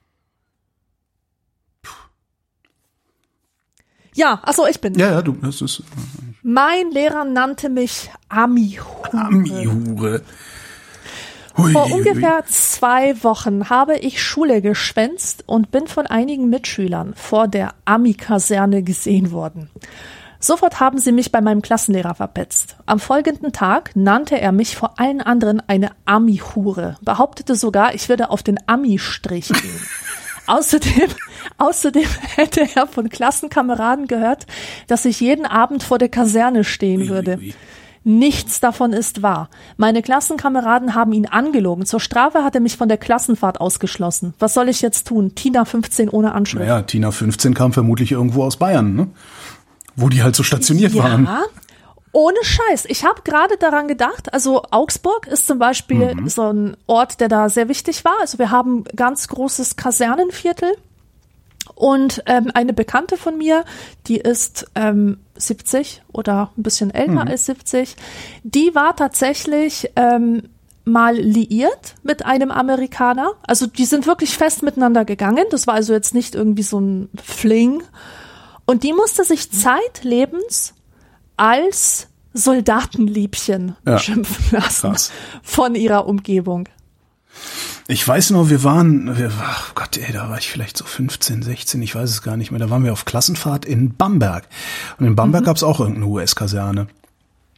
Ja, achso, ich bin. Ja, du, das ist. Mein Lehrer nannte mich Ami-Hure. Ami-Hure. Vor ungefähr 2 Wochen habe ich Schule geschwänzt und bin von einigen Mitschülern vor der Ami-Kaserne gesehen worden. Sofort haben sie mich bei meinem Klassenlehrer verpetzt. Am folgenden Tag nannte er mich vor allen anderen eine Ami-Hure, behauptete sogar, ich würde auf den Ami-Strich gehen. Außerdem hätte er von Klassenkameraden gehört, dass ich jeden Abend vor der Kaserne stehen würde. Nichts davon ist wahr. Meine Klassenkameraden haben ihn angelogen. Zur Strafe hat er mich von der Klassenfahrt ausgeschlossen. Was soll ich jetzt tun? Tina 15 ohne Anschrift. Naja, Tina 15 kam vermutlich irgendwo aus Bayern, ne? Wo die halt so stationiert waren. Ja, ohne Scheiß. Ich habe gerade daran gedacht, also Augsburg ist zum Beispiel so ein Ort, der da sehr wichtig war. Also wir haben ganz großes Kasernenviertel. Und eine Bekannte von mir, die ist 70 oder ein bisschen älter als 70, die war tatsächlich mal liiert mit einem Amerikaner. Also die sind wirklich fest miteinander gegangen. Das war also jetzt nicht irgendwie so ein Fling. Und die musste sich zeitlebens als Soldatenliebchen schimpfen lassen von ihrer Umgebung. Ich weiß noch, ach Gott, da war ich vielleicht so 15, 16, ich weiß es gar nicht mehr. Da waren wir auf Klassenfahrt in Bamberg. Und in Bamberg gab es auch irgendeine US-Kaserne.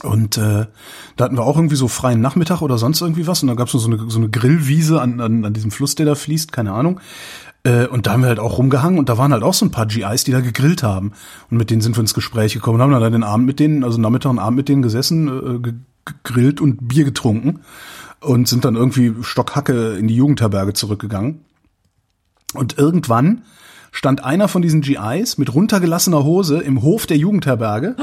Und da hatten wir auch irgendwie so freien Nachmittag oder sonst irgendwie was. Und da gab es so eine Grillwiese an diesem Fluss, der da fließt, keine Ahnung. Und da haben wir halt auch rumgehangen und da waren halt auch so ein paar GIs, die da gegrillt haben. Und mit denen sind wir ins Gespräch gekommen und haben dann den Abend mit denen, also Nachmittag und Abend mit denen gesessen, gegrillt und Bier getrunken und sind dann irgendwie Stockhacke in die Jugendherberge zurückgegangen. Und irgendwann stand einer von diesen GIs mit runtergelassener Hose im Hof der Jugendherberge,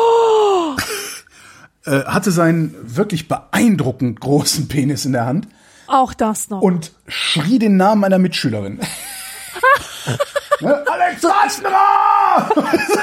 hatte seinen wirklich beeindruckend großen Penis in der Hand. Auch das noch. Und schrie den Namen einer Mitschülerin. Ne? Alexandra!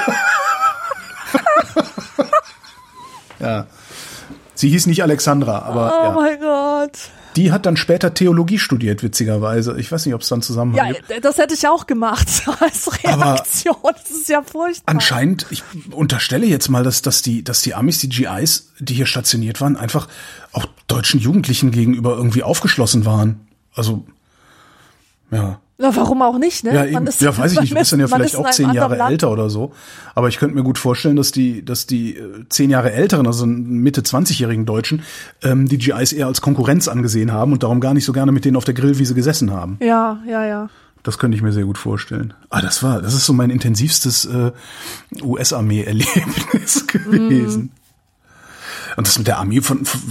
Ja. Sie hieß nicht Alexandra, aber oh mein Gott. Die hat dann später Theologie studiert, witzigerweise. Ich weiß nicht, ob es dann Zusammenhang gibt. Ja, das hätte ich auch gemacht als Reaktion. Aber das ist ja furchtbar. Anscheinend, ich unterstelle jetzt mal, dass die Amis, die GIs, die hier stationiert waren, einfach auch deutschen Jugendlichen gegenüber irgendwie aufgeschlossen waren. Also, ja. Na, warum auch nicht, ne? Ja, eben, weiß ich nicht, du bist dann ja vielleicht auch 10 Jahre älter oder so. Aber ich könnte mir gut vorstellen, dass die 10 Jahre älteren, also Mitte 20-jährigen Deutschen, die GIs eher als Konkurrenz angesehen haben und darum gar nicht so gerne mit denen auf der Grillwiese gesessen haben. Ja. Das könnte ich mir sehr gut vorstellen. Das ist so mein intensivstes US-Armee-Erlebnis gewesen. Und das mit der Armee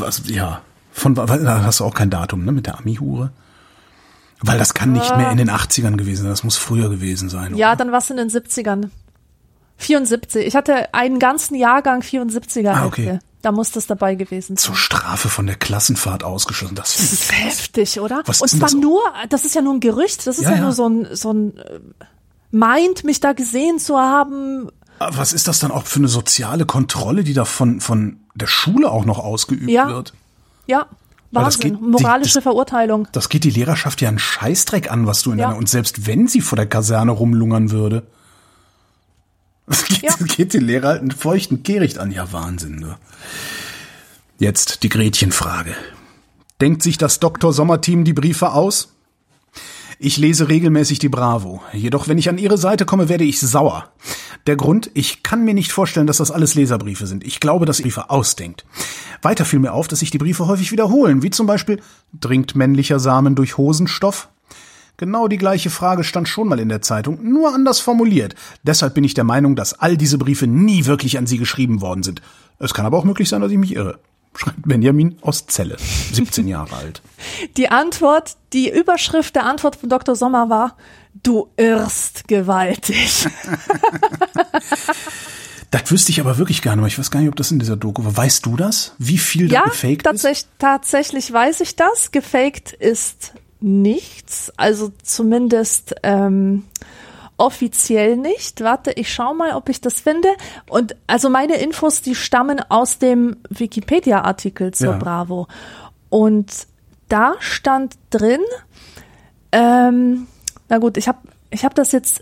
da hast du auch kein Datum, ne, mit der Army-Hure? Weil das kann nicht mehr in den 80ern gewesen sein, das muss früher gewesen sein. Oder? Ja, dann war es in den 70ern. 74. Ich hatte einen ganzen Jahrgang 74er. Okay. Da muss das dabei gewesen sein. Zur Strafe von der Klassenfahrt ausgeschlossen. Das ist heftig, oder? Was und zwar das ist ja nur ein Gerücht, das ist ja nur so ein meint, mich da gesehen zu haben. Aber was ist das dann auch für eine soziale Kontrolle, die da von der Schule auch noch ausgeübt wird? Ja. Wahnsinn, moralische Verurteilung. Das geht die Lehrerschaft ja einen Scheißdreck an, was du in deiner, und selbst wenn sie vor der Kaserne rumlungern würde, geht die Lehrer halt einen feuchten Kehricht an. Ja, Wahnsinn, ne? Jetzt die Gretchenfrage. Denkt sich das Dr. Sommer-Team die Briefe aus? Ich lese regelmäßig die Bravo. Jedoch, wenn ich an ihre Seite komme, werde ich sauer. Der Grund, ich kann mir nicht vorstellen, dass das alles Leserbriefe sind. Ich glaube, dass ihr Briefe ausdenkt. Weiter fiel mir auf, dass sich die Briefe häufig wiederholen, wie zum Beispiel, dringt männlicher Samen durch Hosenstoff? Genau die gleiche Frage stand schon mal in der Zeitung, nur anders formuliert. Deshalb bin ich der Meinung, dass all diese Briefe nie wirklich an sie geschrieben worden sind. Es kann aber auch möglich sein, dass ich mich irre. Schreibt Benjamin aus Celle, 17 Jahre alt. Die Überschrift der Antwort von Dr. Sommer war, du irrst gewaltig. Das wüsste ich aber wirklich gar nicht. Ich weiß gar nicht, ob das in dieser Doku war. Weißt du das? Wie viel da gefaked ist? Tatsächlich weiß ich das. Gefaked ist nichts. Also zumindest offiziell nicht. Warte, ich schau mal, ob ich das finde. Und also meine Infos, die stammen aus dem Wikipedia-Artikel zur Bravo. Und da stand drin, na gut, ich hab das jetzt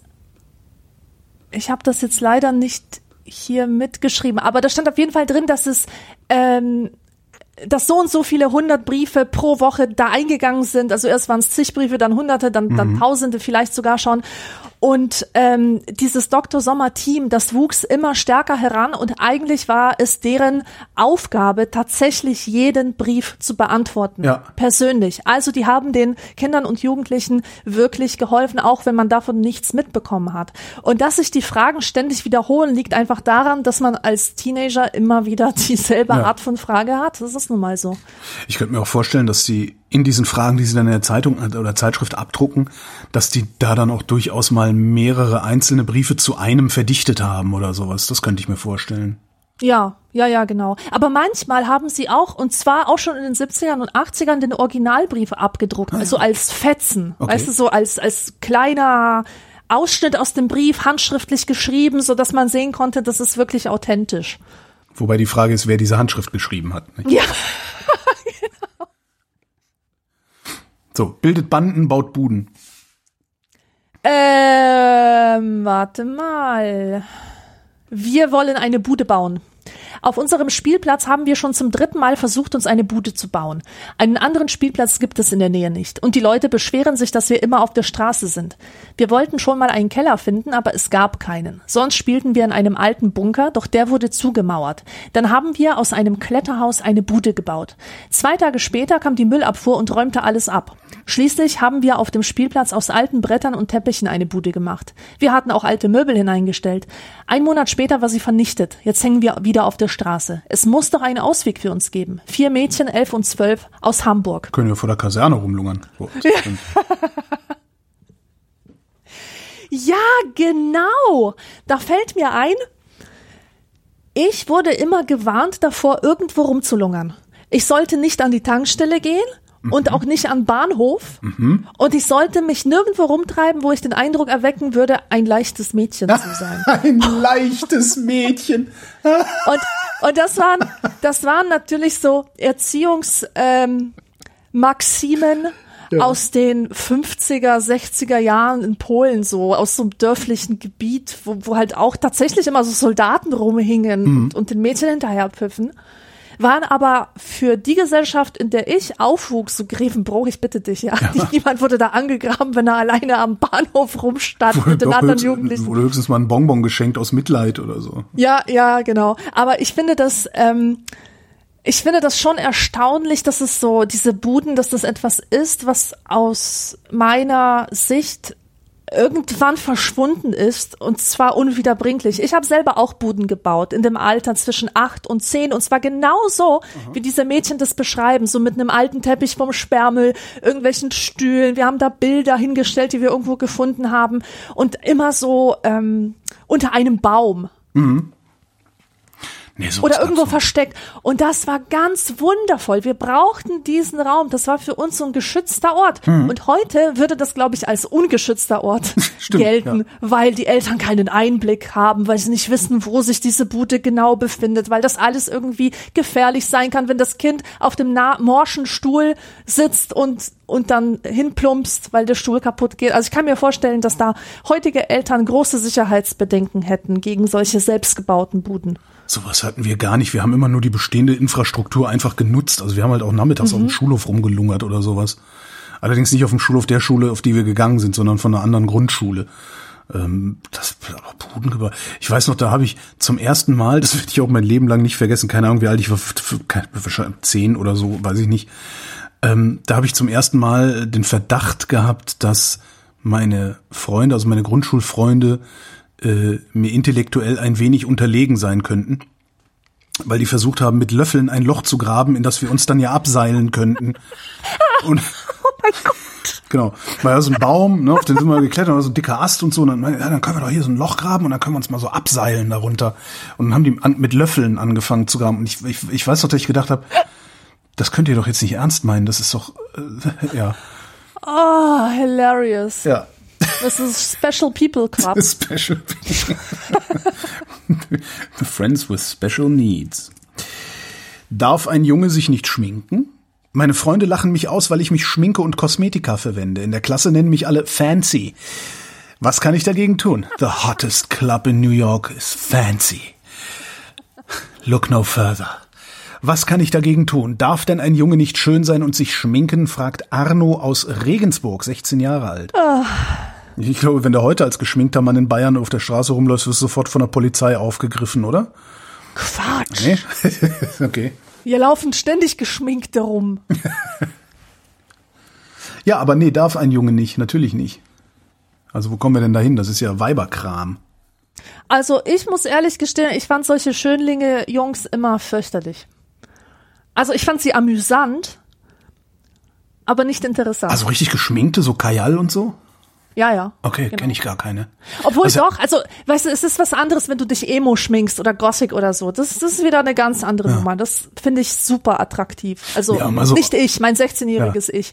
leider nicht hier mitgeschrieben, aber da stand auf jeden Fall drin, dass es dass so und so viele 100 Briefe pro Woche da eingegangen sind. Also erst waren es zig Briefe, dann Hunderte, dann Tausende vielleicht sogar schon. Und dieses Dr. Sommer-Team, das wuchs immer stärker heran und eigentlich war es deren Aufgabe, tatsächlich jeden Brief zu beantworten, persönlich. Also die haben den Kindern und Jugendlichen wirklich geholfen, auch wenn man davon nichts mitbekommen hat. Und dass sich die Fragen ständig wiederholen, liegt einfach daran, dass man als Teenager immer wieder dieselbe Art von Frage hat. Das ist nun mal so. Ich könnte mir auch vorstellen, dass die in diesen Fragen, die sie dann in der Zeitung oder Zeitschrift abdrucken, dass die da dann auch durchaus mal mehrere einzelne Briefe zu einem verdichtet haben oder sowas. Das könnte ich mir vorstellen. Ja, genau. Aber manchmal haben sie auch, und zwar auch schon in den 70ern und 80ern, den Originalbrief abgedruckt, also als Fetzen. Okay. Weißt du, so als kleiner Ausschnitt aus dem Brief, handschriftlich geschrieben, so dass man sehen konnte, das ist wirklich authentisch. Wobei die Frage ist, wer diese Handschrift geschrieben hat. Nicht? Ja, genau. So, bildet Banden, baut Buden. Warte mal. Wir wollen eine Bude bauen. Auf unserem Spielplatz haben wir schon zum 3. Mal versucht, uns eine Bude zu bauen. Einen anderen Spielplatz gibt es in der Nähe nicht. Und die Leute beschweren sich, dass wir immer auf der Straße sind. Wir wollten schon mal einen Keller finden, aber es gab keinen. Sonst spielten wir in einem alten Bunker, doch der wurde zugemauert. Dann haben wir aus einem Kletterhaus eine Bude gebaut. 2 Tage später kam die Müllabfuhr und räumte alles ab. Schließlich haben wir auf dem Spielplatz aus alten Brettern und Teppichen eine Bude gemacht. Wir hatten auch alte Möbel hineingestellt. 1 Monat später war sie vernichtet. Jetzt hängen wir wieder auf der Straße. Es muss doch einen Ausweg für uns geben. 4 Mädchen, 11 und 12, aus Hamburg. Können wir vor der Kaserne rumlungern. Oh, ja, genau. Da fällt mir ein, ich wurde immer gewarnt davor, irgendwo rumzulungern. Ich sollte nicht an die Tankstelle gehen. Und auch nicht an Bahnhof. Und ich sollte mich nirgendwo rumtreiben, wo ich den Eindruck erwecken würde, ein leichtes Mädchen zu sein. Ein leichtes Mädchen. Und das waren natürlich so Erziehungsmaximen aus den 50er, 60er Jahren in Polen, so aus so einem dörflichen Gebiet, wo halt auch tatsächlich immer so Soldaten rumhingen und den Mädchen hinterherpfiffen. Waren aber für die Gesellschaft, in der ich aufwuchs, so Grevenbroich, ich bitte dich, ja. Niemand wurde da angegraben, wenn er alleine am Bahnhof rumstand mit den anderen Jugendlichen. Wurde höchstens mal ein Bonbon geschenkt aus Mitleid oder so. Ja, genau. Aber ich finde das schon erstaunlich, dass es so, diese Buden, dass das etwas ist, was aus meiner Sicht irgendwann verschwunden ist, und zwar unwiederbringlich. Ich habe selber auch Buden gebaut, in dem Alter zwischen 8 und 10, und zwar genau so, wie diese Mädchen das beschreiben, so mit einem alten Teppich vom Sperrmüll, irgendwelchen Stühlen. Wir haben da Bilder hingestellt, die wir irgendwo gefunden haben, und immer so unter einem Baum. Nee, oder irgendwo versteckt. Und das war ganz wundervoll. Wir brauchten diesen Raum. Das war für uns so ein geschützter Ort. Und heute würde das, glaube ich, als ungeschützter Ort gelten, weil die Eltern keinen Einblick haben, weil sie nicht wissen, wo sich diese Bude genau befindet, weil das alles irgendwie gefährlich sein kann, wenn das Kind auf dem morschen Stuhl sitzt und dann hinplumpst, weil der Stuhl kaputt geht. Also ich kann mir vorstellen, dass da heutige Eltern große Sicherheitsbedenken hätten gegen solche selbstgebauten Buden. Sowas hatten wir gar nicht. Wir haben immer nur die bestehende Infrastruktur einfach genutzt. Also wir haben halt auch nachmittags auf dem Schulhof rumgelungert oder sowas. Allerdings nicht auf dem Schulhof der Schule, auf die wir gegangen sind, sondern von einer anderen Grundschule. Ich weiß noch, da habe ich zum ersten Mal, das werde ich auch mein Leben lang nicht vergessen, keine Ahnung, wie alt ich war, wahrscheinlich 10 oder so, weiß ich nicht. Da habe ich zum ersten Mal den Verdacht gehabt, dass meine Freunde, also meine Grundschulfreunde, mir intellektuell ein wenig unterlegen sein könnten, weil die versucht haben, mit Löffeln ein Loch zu graben, in das wir uns dann ja abseilen könnten. Und oh mein Gott. Genau, war ja so ein Baum, ne, auf den sind wir geklettert, war so ein dicker Ast und so, und dann können wir doch hier so ein Loch graben und dann können wir uns mal so abseilen darunter. Und dann haben die mit Löffeln angefangen zu graben. Und ich weiß doch, dass ich gedacht habe, das könnt ihr doch jetzt nicht ernst meinen, das ist doch, ja. Oh, hilarious. Ja. Das ist Special People Club. Special People. Friends with Special Needs. Darf ein Junge sich nicht schminken? Meine Freunde lachen mich aus, weil ich mich schminke und Kosmetika verwende. In der Klasse nennen mich alle Fancy. Was kann ich dagegen tun? The hottest club in New York is fancy. Look no further. Was kann ich dagegen tun? Darf denn ein Junge nicht schön sein und sich schminken? Fragt Arno aus Regensburg, 16 Jahre alt. Ich glaube, wenn du heute als geschminkter Mann in Bayern auf der Straße rumläufst, wirst du sofort von der Polizei aufgegriffen, oder? Quatsch. Nee? Okay. Wir laufen ständig Geschminkte rum. Ja, aber nee, darf ein Junge nicht. Natürlich nicht. Also wo kommen wir denn da hin? Das ist ja Weiberkram. Also ich muss ehrlich gestehen, ich fand solche Schönlinge Jungs immer fürchterlich. Also ich fand sie amüsant, aber nicht interessant. Also richtig geschminkte, so Kajal und so? Ja. Okay, genau. Kenne ich gar keine. Obwohl doch, also weißt du, es ist was anderes, wenn du dich Emo schminkst oder Gothic oder so. Das ist wieder eine ganz andere Nummer. Das finde ich super attraktiv. Also ja, nicht ich, mein 16-jähriges Ich.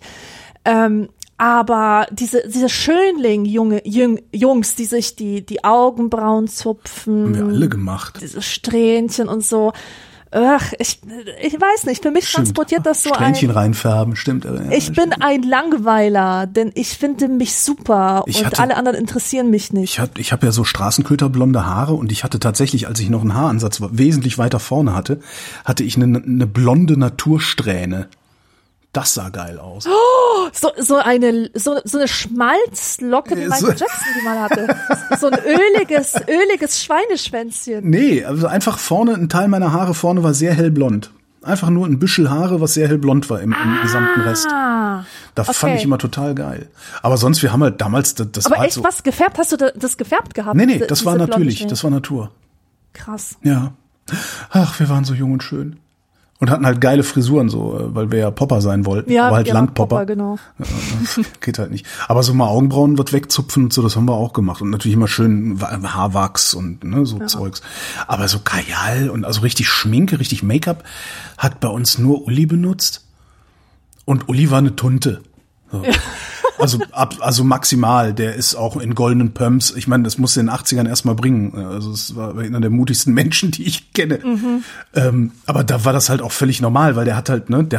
Aber diese Schönling-Jungs, die sich die Augenbrauen zupfen. Haben wir alle gemacht. Diese Strähnchen und so. Ich weiß nicht, für mich transportiert das so Strähnchen reinfärben, stimmt. Ich bin ein Langweiler, denn ich finde mich super und alle anderen interessieren mich nicht. Ich hab ja so straßenköterblonde Haare und ich hatte tatsächlich, als ich noch einen Haaransatz wesentlich weiter vorne hatte ich eine blonde Natursträhne. Das sah geil aus. Oh, so eine Schmalzlocke wie Michael Jackson, die man hatte. So ein öliges Schweineschwänzchen. Nee, also einfach vorne, ein Teil meiner Haare vorne war sehr hellblond. Einfach nur ein Büschel Haare, was sehr hellblond war im gesamten Rest. Das fand ich immer total geil. Aber sonst, wir haben halt damals, das aber war echt so, was gefärbt? Hast du das gefärbt gehabt? Nee, das war natürlich, das war Natur. Krass. Ja. Ach, wir waren so jung und schön. Und hatten halt geile Frisuren, so, weil wir ja Popper sein wollten. Ja, aber halt Landpopper. Popper, genau. Geht halt nicht. Aber so mal Augenbrauen wird wegzupfen und so, das haben wir auch gemacht. Und natürlich immer schön Haarwachs und so Zeugs. Aber so Kajal und also richtig Schminke, richtig Make-up hat bei uns nur Uli benutzt. Und Uli war eine Tunte. So. Ja. Also maximal, der ist auch in goldenen Pumps. Ich meine, das musste in den 80ern erstmal bringen. Also es war einer der mutigsten Menschen, die ich kenne. Mhm. Aber da war das halt auch völlig normal, weil der war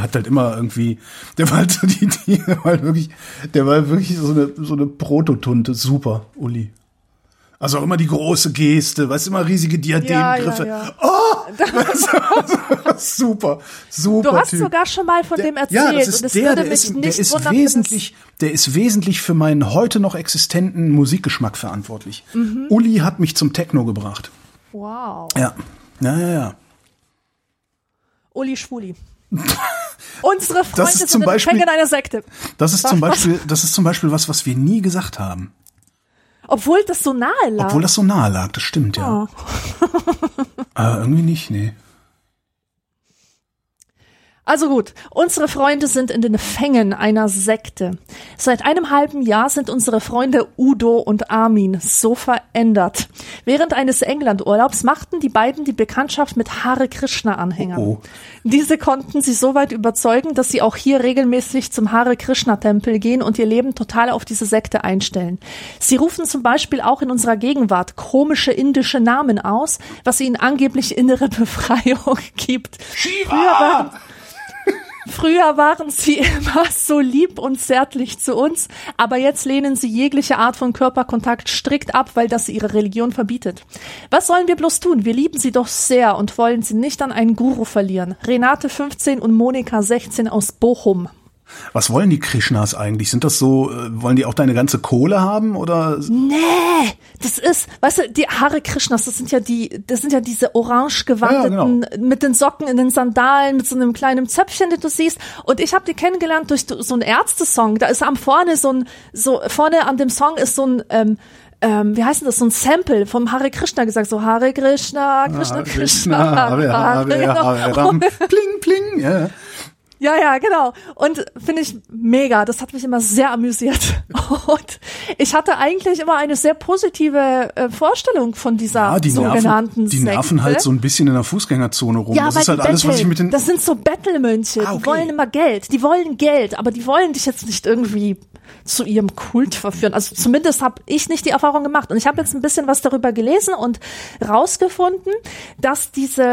wirklich so eine Prototunte. Super, Uli. Also auch immer die große Geste, weißt du, immer riesige Diademgriffe. Ja. Oh! Super. Du hast typ. Sogar schon mal von dem erzählt. Ja, das ist der ist wesentlich für meinen heute noch existenten Musikgeschmack verantwortlich. Mhm. Uli hat mich zum Techno gebracht. Wow. Ja. Uli Schwuli. Unsere Freunde sind in einer Sekte. Das ist zum Beispiel was wir nie gesagt haben. Obwohl das so nahe lag. Das stimmt, ja. Irgendwie nicht, nee. Also gut, unsere Freunde sind in den Fängen einer Sekte. Seit einem halben Jahr sind unsere Freunde Udo und Armin so verändert. Während eines Englandurlaubs machten die beiden die Bekanntschaft mit Hare Krishna-Anhängern. Oh. Diese konnten sie so weit überzeugen, dass sie auch hier regelmäßig zum Hare Krishna-Tempel gehen und ihr Leben total auf diese Sekte einstellen. Sie rufen zum Beispiel auch in unserer Gegenwart komische indische Namen aus, was ihnen angeblich innere Befreiung gibt. Shiva! Früher waren sie immer so lieb und zärtlich zu uns, aber jetzt lehnen sie jegliche Art von Körperkontakt strikt ab, weil das ihre Religion verbietet. Was sollen wir bloß tun? Wir lieben sie doch sehr und wollen sie nicht an einen Guru verlieren. Renate 15 und Monika 16 aus Bochum. Was wollen die Krishnas eigentlich? Sind das so, wollen die auch deine ganze Kohle haben oder? Nee, das ist, weißt du, die Hare Krishnas, das sind ja diese orange gewandeten, mit den Socken in den Sandalen, mit so einem kleinen Zöpfchen, den du siehst. Und ich habe die kennengelernt durch so einen Ärzte-Song. Da ist vorne vorne an dem Song ist so ein, wie heißt denn das, so ein Sample vom Hare Krishna gesagt, so Hare Krishna, Krishna, Krishna, Hare Ram, pling, pling, ja. Ja, genau. Und finde ich mega. Das hat mich immer sehr amüsiert. Und ich hatte eigentlich immer eine sehr positive Vorstellung von dieser sogenannten Sekte. Die nerven halt so ein bisschen in der Fußgängerzone rum. Ja, das ist halt alles, was ich mit den. Das sind so Bettelmönche. Okay. Die wollen immer Geld. Die wollen Geld, aber die wollen dich jetzt nicht irgendwie zu ihrem Kult verführen. Also zumindest habe ich nicht die Erfahrung gemacht. Und ich habe jetzt ein bisschen was darüber gelesen und rausgefunden, dass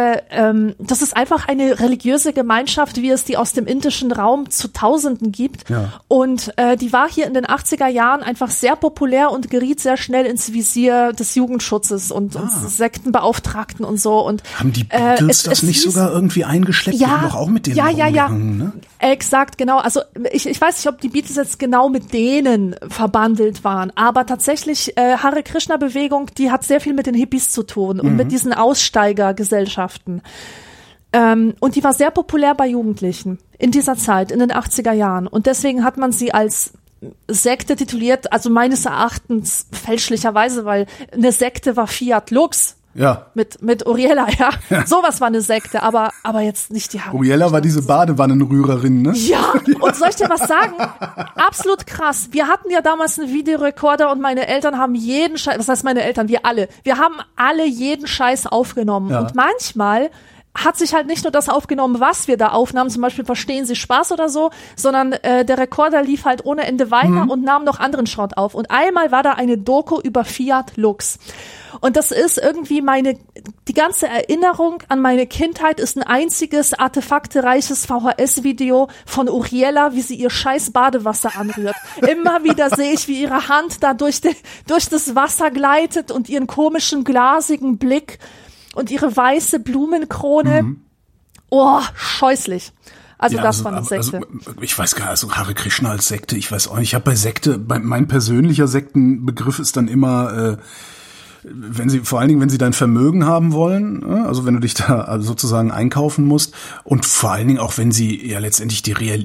das ist einfach eine religiöse Gemeinschaft, wie es die aus dem indischen Raum zu Tausenden gibt. Ja. Und die war hier in den 80er Jahren einfach sehr populär und geriet sehr schnell ins Visier des Jugendschutzes und Sektenbeauftragten und so. Und haben die Beatles das nicht sogar irgendwie eingeschleppt? Ja, die haben doch auch mit denen rumgehangen, ne? Exakt, genau. Also ich weiß nicht, ob die Beatles jetzt genau mit denen verbandelt waren, aber tatsächlich Hare Krishna Bewegung, die hat sehr viel mit den Hippies zu tun und mit diesen Aussteigergesellschaften. Und die war sehr populär bei Jugendlichen in dieser Zeit, in den 80er Jahren. Und deswegen hat man sie als Sekte tituliert, also meines Erachtens fälschlicherweise, weil eine Sekte war Fiat Lux. Ja. Mit Uriella, ja. Sowas war eine Sekte, aber jetzt nicht die Hare. Uriella war diese Badewannenrührerin, ne? Ja, und soll ich dir was sagen? Absolut krass. Wir hatten ja damals einen Videorekorder und meine Eltern haben jeden Scheiß, was heißt meine Eltern? Wir haben alle jeden Scheiß aufgenommen. Ja. Und manchmal hat sich halt nicht nur das aufgenommen, was wir da aufnahmen, zum Beispiel Verstehen Sie Spaß oder so, sondern der Rekorder lief halt ohne Ende weiter und nahm noch anderen Schrott auf. Und einmal war da eine Doku über Fiat Lux. Und das ist irgendwie die ganze Erinnerung an meine Kindheit ist ein einziges artefaktereiches VHS-Video von Uriella, wie sie ihr scheiß Badewasser anrührt. Immer wieder sehe ich, wie ihre Hand da durch das Wasser gleitet und ihren komischen, glasigen Blick und ihre weiße Blumenkrone. Oh, scheußlich. Also ja, das war eine Sekte. Also, ich weiß gar nicht, also Hare Krishna als Sekte, ich weiß auch nicht. Ich habe mein persönlicher Sektenbegriff ist dann immer, vor allen Dingen, wenn sie dein Vermögen haben wollen, also wenn du dich da sozusagen einkaufen musst und vor allen Dingen auch, wenn sie ja letztendlich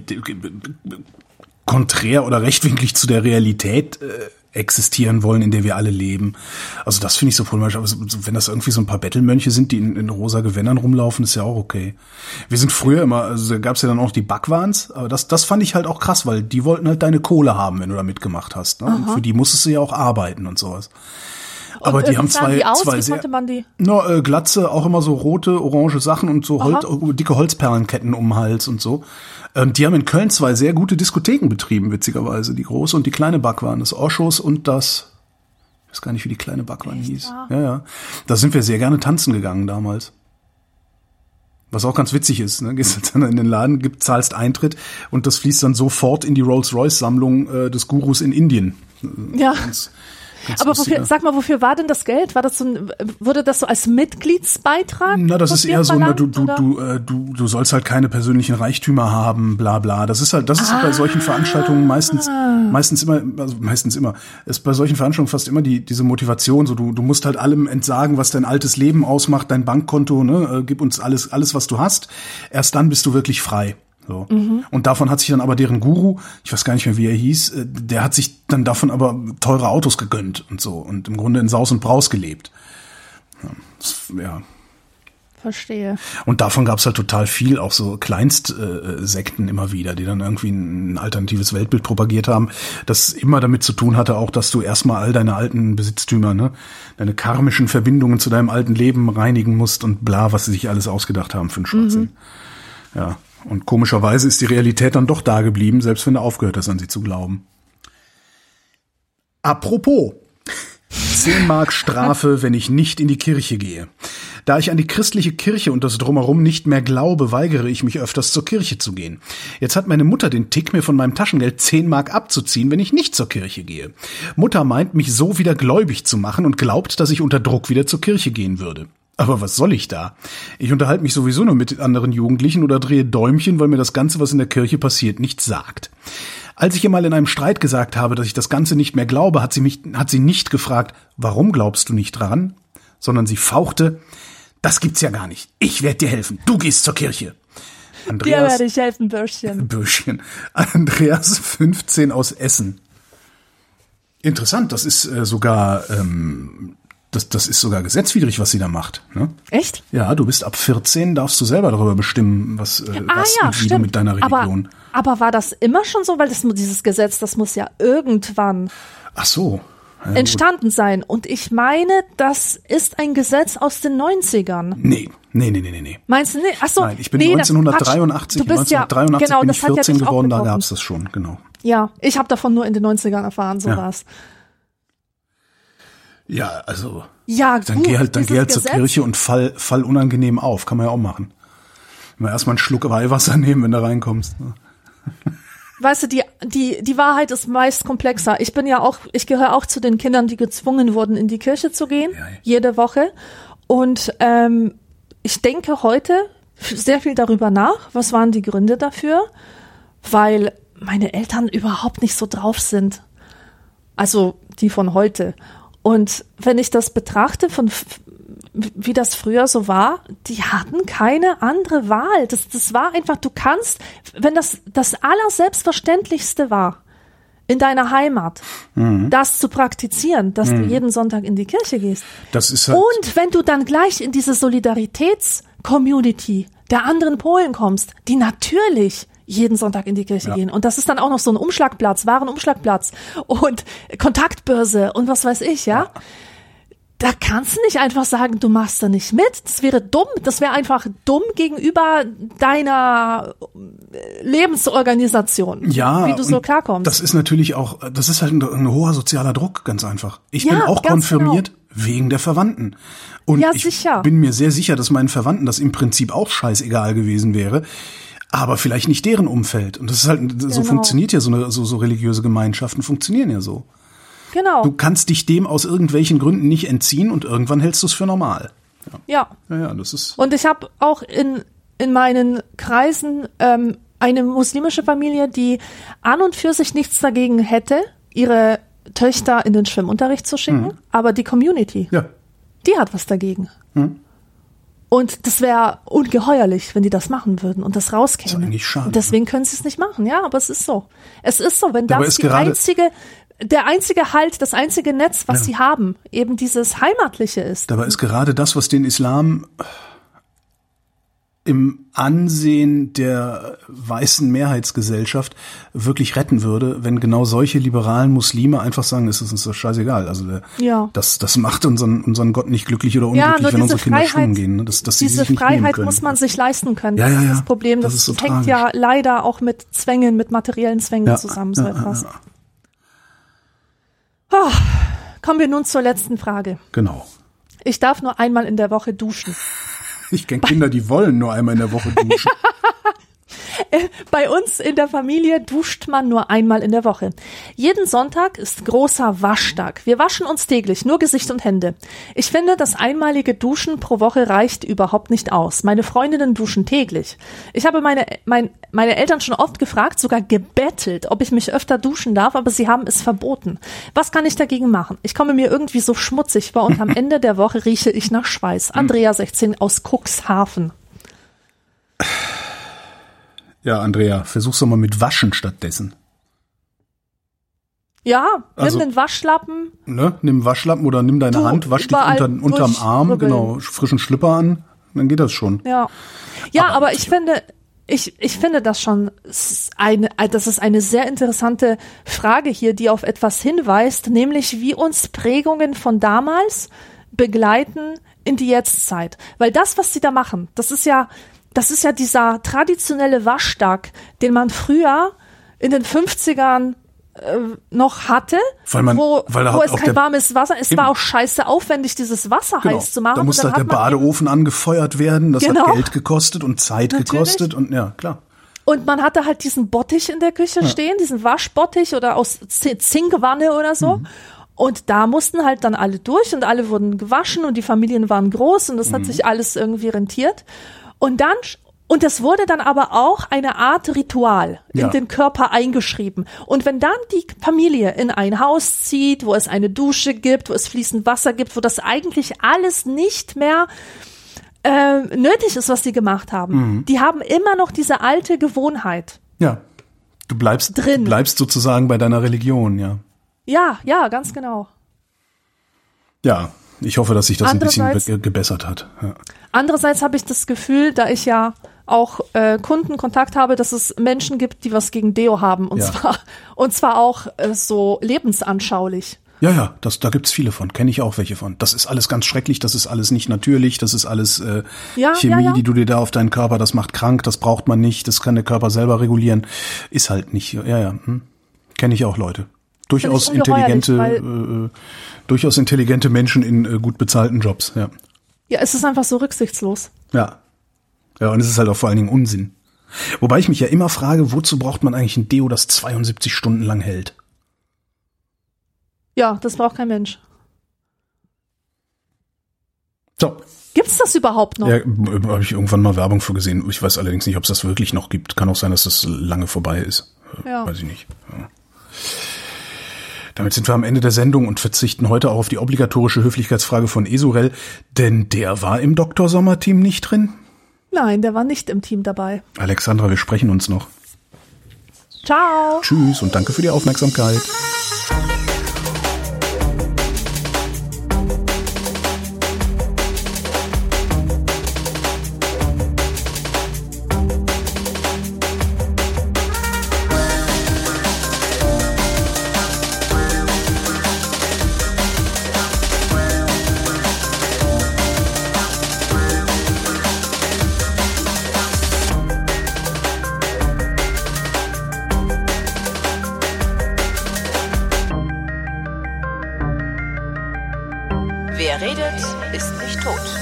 konträr oder rechtwinklig zu der Realität existieren wollen, in der wir alle leben. Also das finde ich so problematisch. Aber wenn das irgendwie so ein paar Bettelmönche sind, die in rosa Gewändern rumlaufen, ist ja auch okay. Wir sind früher immer, also da gab es ja dann auch die Bhagwans, aber das fand ich halt auch krass, weil die wollten halt deine Kohle haben, wenn du da mitgemacht hast. Ne? Und für die musstest du ja auch arbeiten und sowas. Aber die haben zwei sehr, Glatze, auch immer so rote, orange Sachen und so dicke Holzperlenketten um den Hals und so. Die haben in Köln 2 sehr gute Diskotheken betrieben, witzigerweise. Die große und die kleine Bhagwan, das Oschos und das, ich weiß gar nicht, wie die kleine Bhagwan hieß. Ja. Da sind wir sehr gerne tanzen gegangen damals. Was auch ganz witzig ist, ne? Gehst dann in den Laden, zahlst Eintritt und das fließt dann sofort in die Rolls-Royce-Sammlung des Gurus in Indien. Ja. Aber wofür war denn das Geld? Wurde das so als Mitgliedsbeitrag? Na, das ist eher so, du sollst halt keine persönlichen Reichtümer haben, bla bla. Das ist bei solchen Veranstaltungen meistens immer, ist bei solchen Veranstaltungen fast immer diese Motivation, so du musst halt allem entsagen, was dein altes Leben ausmacht, dein Bankkonto, ne, gib uns alles, was du hast. Erst dann bist du wirklich frei. So. Und davon hat sich dann aber deren Guru, ich weiß gar nicht mehr, wie er hieß, der hat sich dann davon aber teure Autos gegönnt und so und im Grunde in Saus und Braus gelebt. Ja. Verstehe. Und davon gab's halt total viel, auch so Kleinstsekten immer wieder, die dann irgendwie ein alternatives Weltbild propagiert haben, das immer damit zu tun hatte, auch, dass du erstmal all deine alten Besitztümer, ne, deine karmischen Verbindungen zu deinem alten Leben reinigen musst und bla, was sie sich alles ausgedacht haben für einen Schwachsinn. Ja. Und komischerweise ist die Realität dann doch da geblieben, selbst wenn du aufgehört hast, an sie zu glauben. Apropos, 10 Mark Strafe, wenn ich nicht in die Kirche gehe. Da ich an die christliche Kirche und das Drumherum nicht mehr glaube, weigere ich mich öfters zur Kirche zu gehen. Jetzt hat meine Mutter den Tick, mir von meinem Taschengeld 10 Mark abzuziehen, wenn ich nicht zur Kirche gehe. Mutter meint, mich so wieder gläubig zu machen und glaubt, dass ich unter Druck wieder zur Kirche gehen würde. Aber was soll ich da? Ich unterhalte mich sowieso nur mit anderen Jugendlichen oder drehe Däumchen, weil mir das Ganze, was in der Kirche passiert, nichts sagt. Als ich ihr mal in einem Streit gesagt habe, dass ich das Ganze nicht mehr glaube, hat sie nicht gefragt, warum glaubst du nicht dran? Sondern sie fauchte, das gibt's ja gar nicht. Ich werde dir helfen. Du gehst zur Kirche. Dir werde ich helfen, Bürschchen. Andreas, 15 aus Essen. Interessant, das ist sogar... Das ist sogar gesetzwidrig, was sie da macht. Ne? Echt? Ja, du bist ab 14, darfst du selber darüber bestimmen, was und wie du mit deiner Religion. Aber war das immer schon so? Weil dieses Gesetz, das muss ja irgendwann entstanden sein. Und ich meine, das ist ein Gesetz aus den 90ern. Nee. Meinst du nicht? Ach so, nein, ich bin 1983, bin ich 14 geworden, da gab's das schon, genau. Ja, ich habe davon nur in den 90ern erfahren, sowas. Ja, also dann geh halt zur Kirche und fall unangenehm auf, kann man ja auch machen. Wenn wir erstmal einen Schluck Weihwasser nehmen, wenn du reinkommst. Weißt du, die Wahrheit ist meist komplexer. Ich gehöre auch zu den Kindern, die gezwungen wurden, in die Kirche zu gehen, jede Woche. Und ich denke heute sehr viel darüber nach, was waren die Gründe dafür, weil meine Eltern überhaupt nicht so drauf sind. Also die von heute. Und wenn ich das betrachte, wie das früher so war, die hatten keine andere Wahl. Das war einfach, du kannst, wenn das Allerselbstverständlichste war, in deiner Heimat, das zu praktizieren, dass du jeden Sonntag in die Kirche gehst. Das ist halt und wenn du dann gleich in diese Solidaritäts-Community der anderen Polen kommst, die natürlich jeden Sonntag in die Kirche gehen. Und das ist dann auch noch so ein Warenumschlagplatz und Kontaktbörse und was weiß ich, ja. da kannst du nicht einfach sagen, du machst da nicht mit. Das wäre dumm. Das wäre einfach dumm gegenüber deiner Lebensorganisation, ja, wie du so klarkommst. Das ist natürlich auch, das ist halt ein hoher sozialer Druck, ganz einfach. Ich bin auch konfirmiert wegen der Verwandten. Und ich bin mir sehr sicher, dass meinen Verwandten das im Prinzip auch scheißegal gewesen wäre. Aber vielleicht nicht deren Umfeld. Und das ist halt, so funktioniert ja so religiöse Gemeinschaften funktionieren ja so. Genau. Du kannst dich dem aus irgendwelchen Gründen nicht entziehen und irgendwann hältst du es für normal. Ja. Ja, das ist. Und ich habe auch in meinen Kreisen eine muslimische Familie, die an und für sich nichts dagegen hätte, ihre Töchter in den Schwimmunterricht zu schicken, aber die Community, die hat was dagegen. Und das wäre ungeheuerlich, wenn die das machen würden und das rauskäme. Das ist eigentlich schade. Und deswegen können sie es nicht machen, ja, aber es ist so. Es ist so, wenn das der einzige Halt, das einzige Netz, was sie haben, eben dieses Heimatliche ist. Dabei ist gerade das, was den Islam im Ansehen der weißen Mehrheitsgesellschaft wirklich retten würde, wenn genau solche liberalen Muslime einfach sagen, es ist uns doch scheißegal. Also das macht unseren Gott nicht glücklich oder unglücklich, wenn unsere Kinder schwimmen gehen. Ne? Diese Freiheit muss man sich leisten können. Das ist das Problem. Das ist so hängt tragisch. Ja leider auch mit Zwängen, mit materiellen Zwängen zusammen, so etwas. Oh, kommen wir nun zur letzten Frage. Genau. Ich darf nur einmal in der Woche duschen. Ich kenne Kinder, die wollen nur einmal in der Woche duschen. Bei uns in der Familie duscht man nur einmal in der Woche. Jeden Sonntag ist großer Waschtag. Wir waschen uns täglich, nur Gesicht und Hände. Ich finde, das einmalige Duschen pro Woche reicht überhaupt nicht aus. Meine Freundinnen duschen täglich. Ich habe meine Eltern schon oft gefragt, sogar gebettelt, ob ich mich öfter duschen darf, aber sie haben es verboten. Was kann ich dagegen machen? Ich komme mir irgendwie so schmutzig vor und am Ende der Woche rieche ich nach Schweiß. Andrea, 16, aus Cuxhaven. Ja, Andrea, versuch's doch mal mit Waschen stattdessen. Ja, nimm den Waschlappen. Ne, nimm Waschlappen oder nimm deine Hand, wasch dich unterm Arm, genau, frischen Schlüpper an, dann geht das schon. Ja, aber ich finde das schon das ist eine sehr interessante Frage hier, die auf etwas hinweist, nämlich wie uns Prägungen von damals begleiten in die Jetztzeit. Weil das, was sie da machen, das ist ja dieser traditionelle Waschtag, den man früher in den 50ern noch hatte, wo es kein warmes Wasser, es war auch scheiße aufwendig, dieses Wasser heiß zu machen. Da musste halt der Badeofen angefeuert werden, das hat Geld gekostet und Zeit gekostet und ja, klar. Und man hatte halt diesen Bottich in der Küche stehen, diesen Waschbottich oder aus Zinkwanne oder so. Und da mussten halt dann alle durch und alle wurden gewaschen und die Familien waren groß und das hat sich alles irgendwie rentiert. Und das wurde dann aber auch eine Art Ritual in den Körper eingeschrieben. Und wenn dann die Familie in ein Haus zieht, wo es eine Dusche gibt, wo es fließend Wasser gibt, wo das eigentlich alles nicht mehr nötig ist, was sie gemacht haben, die haben immer noch diese alte Gewohnheit. Ja, du bleibst sozusagen bei deiner Religion, ja. Ja, ganz genau. Ja. Ich hoffe, dass sich das ein bisschen gebessert hat. Ja. Andererseits habe ich das Gefühl, da ich ja auch Kundenkontakt habe, dass es Menschen gibt, die was gegen Deo haben. Und zwar auch so lebensanschaulich. Ja, da gibt's viele von. Kenne ich auch welche von. Das ist alles ganz schrecklich, das ist alles nicht natürlich, das ist alles Chemie, die du dir da auf deinen Körper, das macht krank, das braucht man nicht, das kann der Körper selber regulieren. Ist halt nicht, Kenne ich auch Leute. Durchaus intelligente Menschen in gut bezahlten Jobs, ja. Ja, es ist einfach so rücksichtslos. Ja. Ja, und es ist halt auch vor allen Dingen Unsinn. Wobei ich mich ja immer frage, wozu braucht man eigentlich ein Deo, das 72 Stunden lang hält? Ja, das braucht kein Mensch. So. Gibt's das überhaupt noch? Ja, habe ich irgendwann mal Werbung für gesehen. Ich weiß allerdings nicht, ob es das wirklich noch gibt. Kann auch sein, dass das lange vorbei ist. Weiß ich nicht. Ja. Damit sind wir am Ende der Sendung und verzichten heute auch auf die obligatorische Höflichkeitsfrage von Esurel, denn der war im Dr. Sommer-Team nicht drin? Nein, der war nicht im Team dabei. Alexandra, wir sprechen uns noch. Ciao. Tschüss und danke für die Aufmerksamkeit. redet, ist nicht tot.